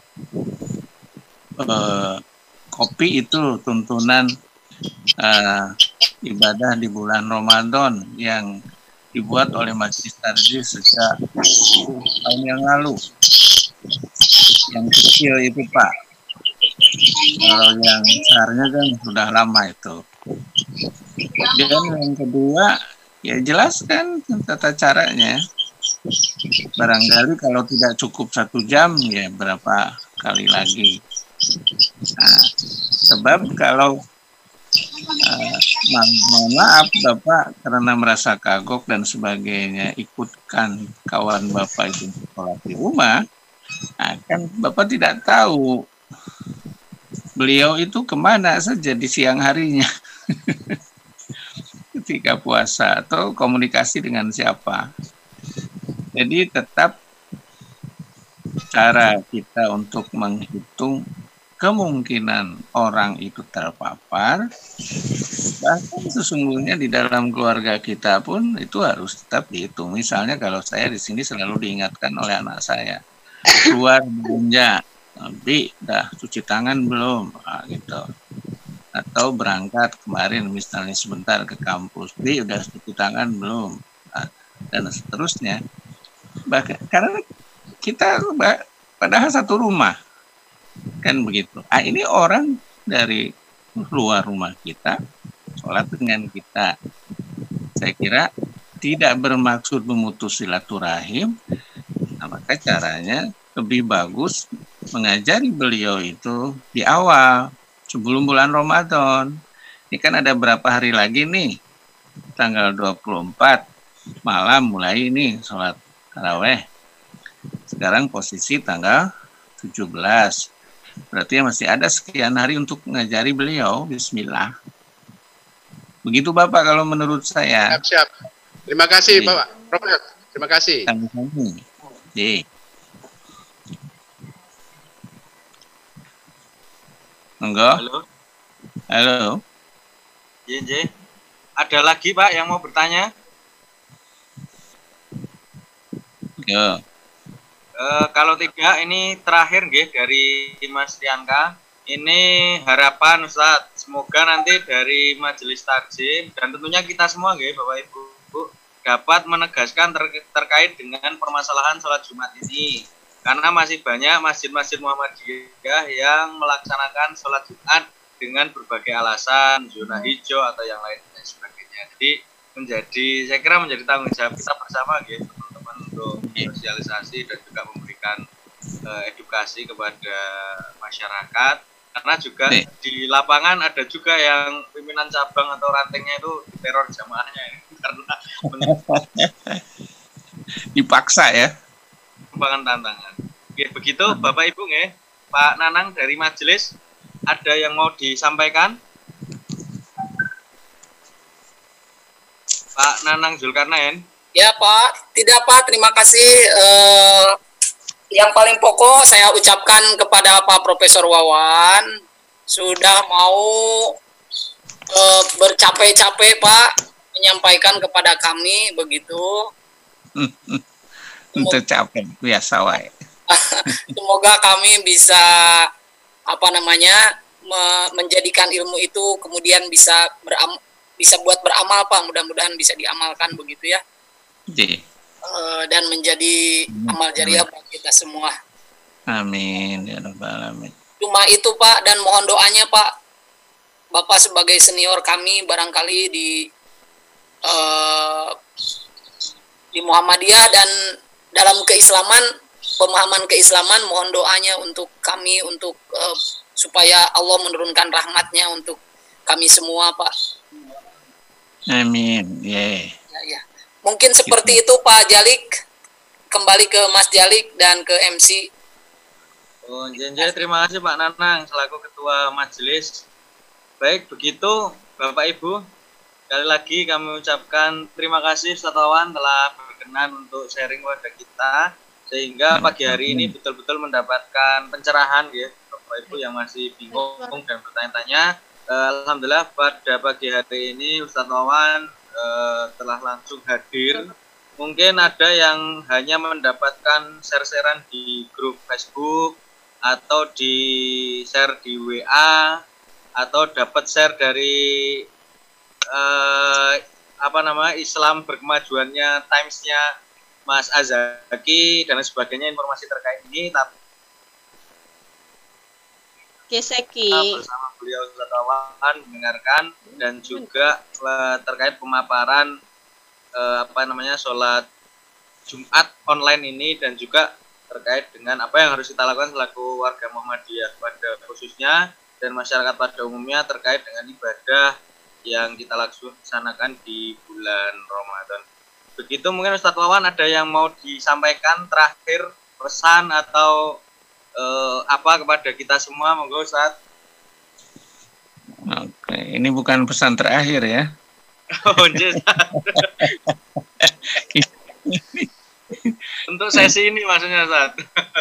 [SPEAKER 4] eh, kopi itu tuntunan eh, ibadah di bulan Ramadan yang dibuat oleh Majelis Taklim sejak tahun yang lalu. Yang kecil itu Pak. Kalau yang besarnya kan sudah lama itu. Kemudian yang kedua, ya jelaskan tata caranya. Barangkali kalau tidak cukup satu jam, ya berapa kali lagi. Nah, sebab kalau uh, mohon maaf Bapak karena merasa kagok dan sebagainya ikutkan kawan Bapak itu sholat di rumah, nah, kan Bapak tidak tahu beliau itu kemana saja di siang harinya. Ketika puasa atau komunikasi dengan siapa. Jadi tetap cara kita untuk menghitung kemungkinan orang itu terpapar, bahkan sesungguhnya di dalam keluarga kita pun itu harus tetap dihitung. Misalnya kalau saya di sini selalu diingatkan oleh anak saya, keluar belanja, tapi dah cuci tangan belum, nah, gitu. Atau berangkat kemarin misalnya sebentar ke kampus, Bi udah cuci tangan belum, nah, dan seterusnya. Bahkan karena kita padahal satu rumah kan begitu. Ah, ini orang dari luar rumah kita, sholat dengan kita. Saya kira tidak bermaksud memutus silaturahim, nah, maka caranya lebih bagus mengajari beliau itu di awal, sebelum bulan Ramadan. Ini kan ada berapa hari lagi nih, tanggal dua puluh empat malam mulai ini sholat taraweh. Sekarang posisi tanggal tujuh belas. Berarti masih ada sekian hari untuk mengajari beliau. Bismillah. Begitu Bapak kalau menurut saya.
[SPEAKER 6] Siap, siap. Terima kasih
[SPEAKER 4] Oke.
[SPEAKER 6] Bapak Profesor. Terima kasih.
[SPEAKER 4] Kami-kami. Oke. Monggo.
[SPEAKER 5] Halo,
[SPEAKER 4] Halo.
[SPEAKER 5] J J. Ada lagi Pak yang mau bertanya?
[SPEAKER 4] Yo.
[SPEAKER 5] Eh, kalau tidak, ini terakhir nggih dari Mas Tianka. Ini harapan Ustadz, semoga nanti dari Majelis Takzim dan tentunya kita semua nggih Bapak Ibu dapat menegaskan ter- terkait dengan permasalahan sholat Jumat ini. Karena masih banyak masjid-masjid Muhammadiyah yang melaksanakan sholat Jumat dengan berbagai alasan, zona hijau atau yang lain dan sebagainya. Jadi menjadi, saya kira menjadi tanggung jawab kita bersama gitu, teman-teman, untuk sosialisasi dan juga memberikan uh, edukasi kepada masyarakat. Karena juga
[SPEAKER 4] Nih.
[SPEAKER 5] di lapangan ada juga yang pimpinan cabang atau rantingnya itu teror jamaahnya ya. Karena
[SPEAKER 4] Dipaksa ya.
[SPEAKER 5] pengembangan tantangan. Oke, begitu Bapak Ibu nggih. Pak Nanang dari majelis, ada yang mau disampaikan? Pak Nanang Zulkarnain.
[SPEAKER 7] Ya Pak, tidak Pak, terima kasih. Eh, yang paling pokok saya ucapkan kepada Pak Profesor Wawan, sudah mau eh, bercapek-capek Pak, menyampaikan kepada kami begitu.
[SPEAKER 4] Untuk capek biasa wae.
[SPEAKER 7] Semoga kami bisa apa namanya me- menjadikan ilmu itu kemudian bisa beram bisa buat beramal Pak, mudah-mudahan bisa diamalkan begitu ya.
[SPEAKER 4] Jadi,
[SPEAKER 7] Eh, dan menjadi amal jariah bagi kita semua.
[SPEAKER 4] amin ya rabbal alamin.
[SPEAKER 7] Cuma itu Pak, dan mohon doanya Pak, Bapak sebagai senior kami barangkali di eh, di Muhammadiyah dan dalam keislaman, pemahaman keislaman, mohon doanya untuk kami untuk eh, supaya Allah menurunkan rahmatnya untuk kami semua Pak.
[SPEAKER 4] Amin. Yeah.
[SPEAKER 7] Ya, ya. Mungkin seperti itu Pak Jalik. Kembali ke Mas Jalik dan ke M C.
[SPEAKER 5] Oh, Jenjay, terima kasih Pak Nanang selaku Ketua Majelis. Baik, begitu Bapak Ibu. Sekali lagi kami ucapkan terima kasih Ustadz Wawan telah berkenan untuk sharing kepada kita. Sehingga pagi hari ini betul-betul mendapatkan pencerahan ya Bapak Ibu yang masih bingung dan bertanya-tanya. Alhamdulillah pada pagi hari ini Ustadz Wawan Uh, telah langsung hadir. Mungkin ada yang hanya mendapatkan share-sharean di grup Facebook atau di share di W A atau dapat share dari uh, apa nama Islam berkemajuannya Times-nya Mas Azaki dan sebagainya, informasi terkait ini. Tapi
[SPEAKER 8] Geseki.
[SPEAKER 5] bersama beliau Ustadz mendengarkan dan juga uh, terkait pemaparan uh, apa namanya sholat Jumat online ini dan juga terkait dengan apa yang harus kita lakukan selaku warga Muhammadiyah pada khususnya dan masyarakat pada umumnya terkait dengan ibadah yang kita laksanakan di bulan Ramadan. Begitu mungkin Ustadz Wawan ada yang mau disampaikan terakhir pesan atau Uh, apa kepada kita semua, monggo Ustaz.
[SPEAKER 4] Oke, ini bukan pesan terakhir ya.
[SPEAKER 5] Oh, yes. Untuk sesi ini maksudnya Ustaz.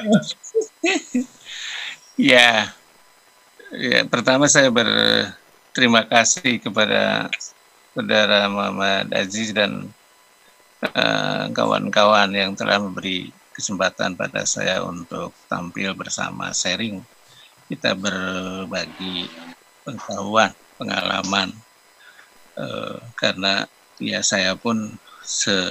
[SPEAKER 4] Ya, ya, pertama saya berterima kasih kepada saudara Muhammad Aziz dan uh, kawan-kawan yang telah memberi kesempatan pada saya untuk tampil bersama sharing. Kita berbagi pengetahuan, pengalaman, uh, karena ya saya pun se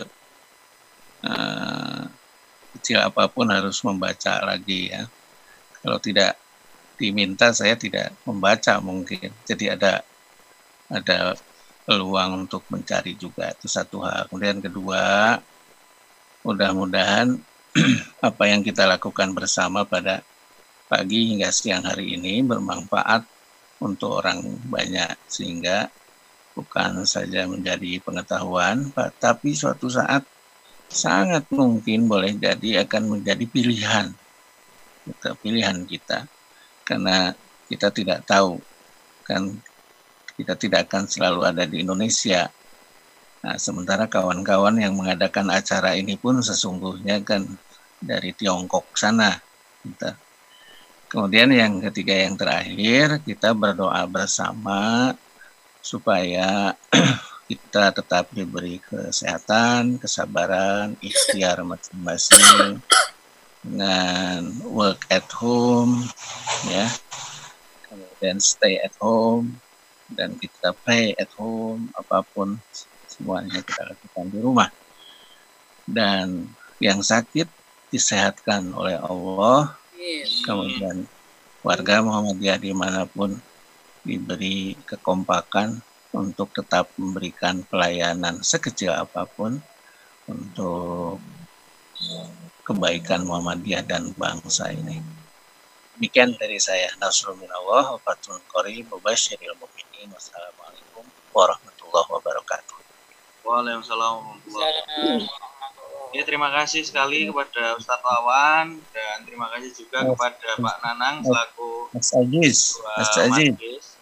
[SPEAKER 4] uh, kecil apapun harus membaca lagi ya. Kalau tidak diminta saya tidak membaca mungkin. Jadi ada ada peluang untuk mencari juga, itu satu hal. Kemudian kedua, mudah-mudahan apa yang kita lakukan bersama pada pagi hingga siang hari ini bermanfaat untuk orang banyak, sehingga bukan saja menjadi pengetahuan, tapi suatu saat sangat mungkin boleh jadi akan menjadi pilihan kita, pilihan kita, karena kita tidak tahu, kan kita tidak akan selalu ada di Indonesia. Nah, sementara kawan-kawan yang mengadakan acara ini pun sesungguhnya kan dari Tiongkok sana. Kita. Kemudian yang ketiga, yang terakhir, kita berdoa bersama supaya kita tetap diberi kesehatan, kesabaran, ikhtiar masing-masing dengan work at home, ya, kemudian stay at home, dan kita pay at home, apapun semuanya kita lakukan di rumah. Dan yang sakit disehatkan oleh Allah, kemudian warga Muhammadiyah dimanapun diberi kekompakan untuk tetap memberikan pelayanan sekecil apapun untuk kebaikan Muhammadiyah dan bangsa ini. Demikian dari saya, Nasrul minallah wa fathun qarib wa basyiril mu'minin. Wassalamualaikum warahmatullahi wabarakatuh.
[SPEAKER 5] Waalaikumsalam warahmatullahi wabarakatuh. Ya, terima kasih sekali kepada Ustadz Wawan, dan terima kasih juga kepada Pak Nanang selaku
[SPEAKER 4] Mas Aziz, Mas Aziz.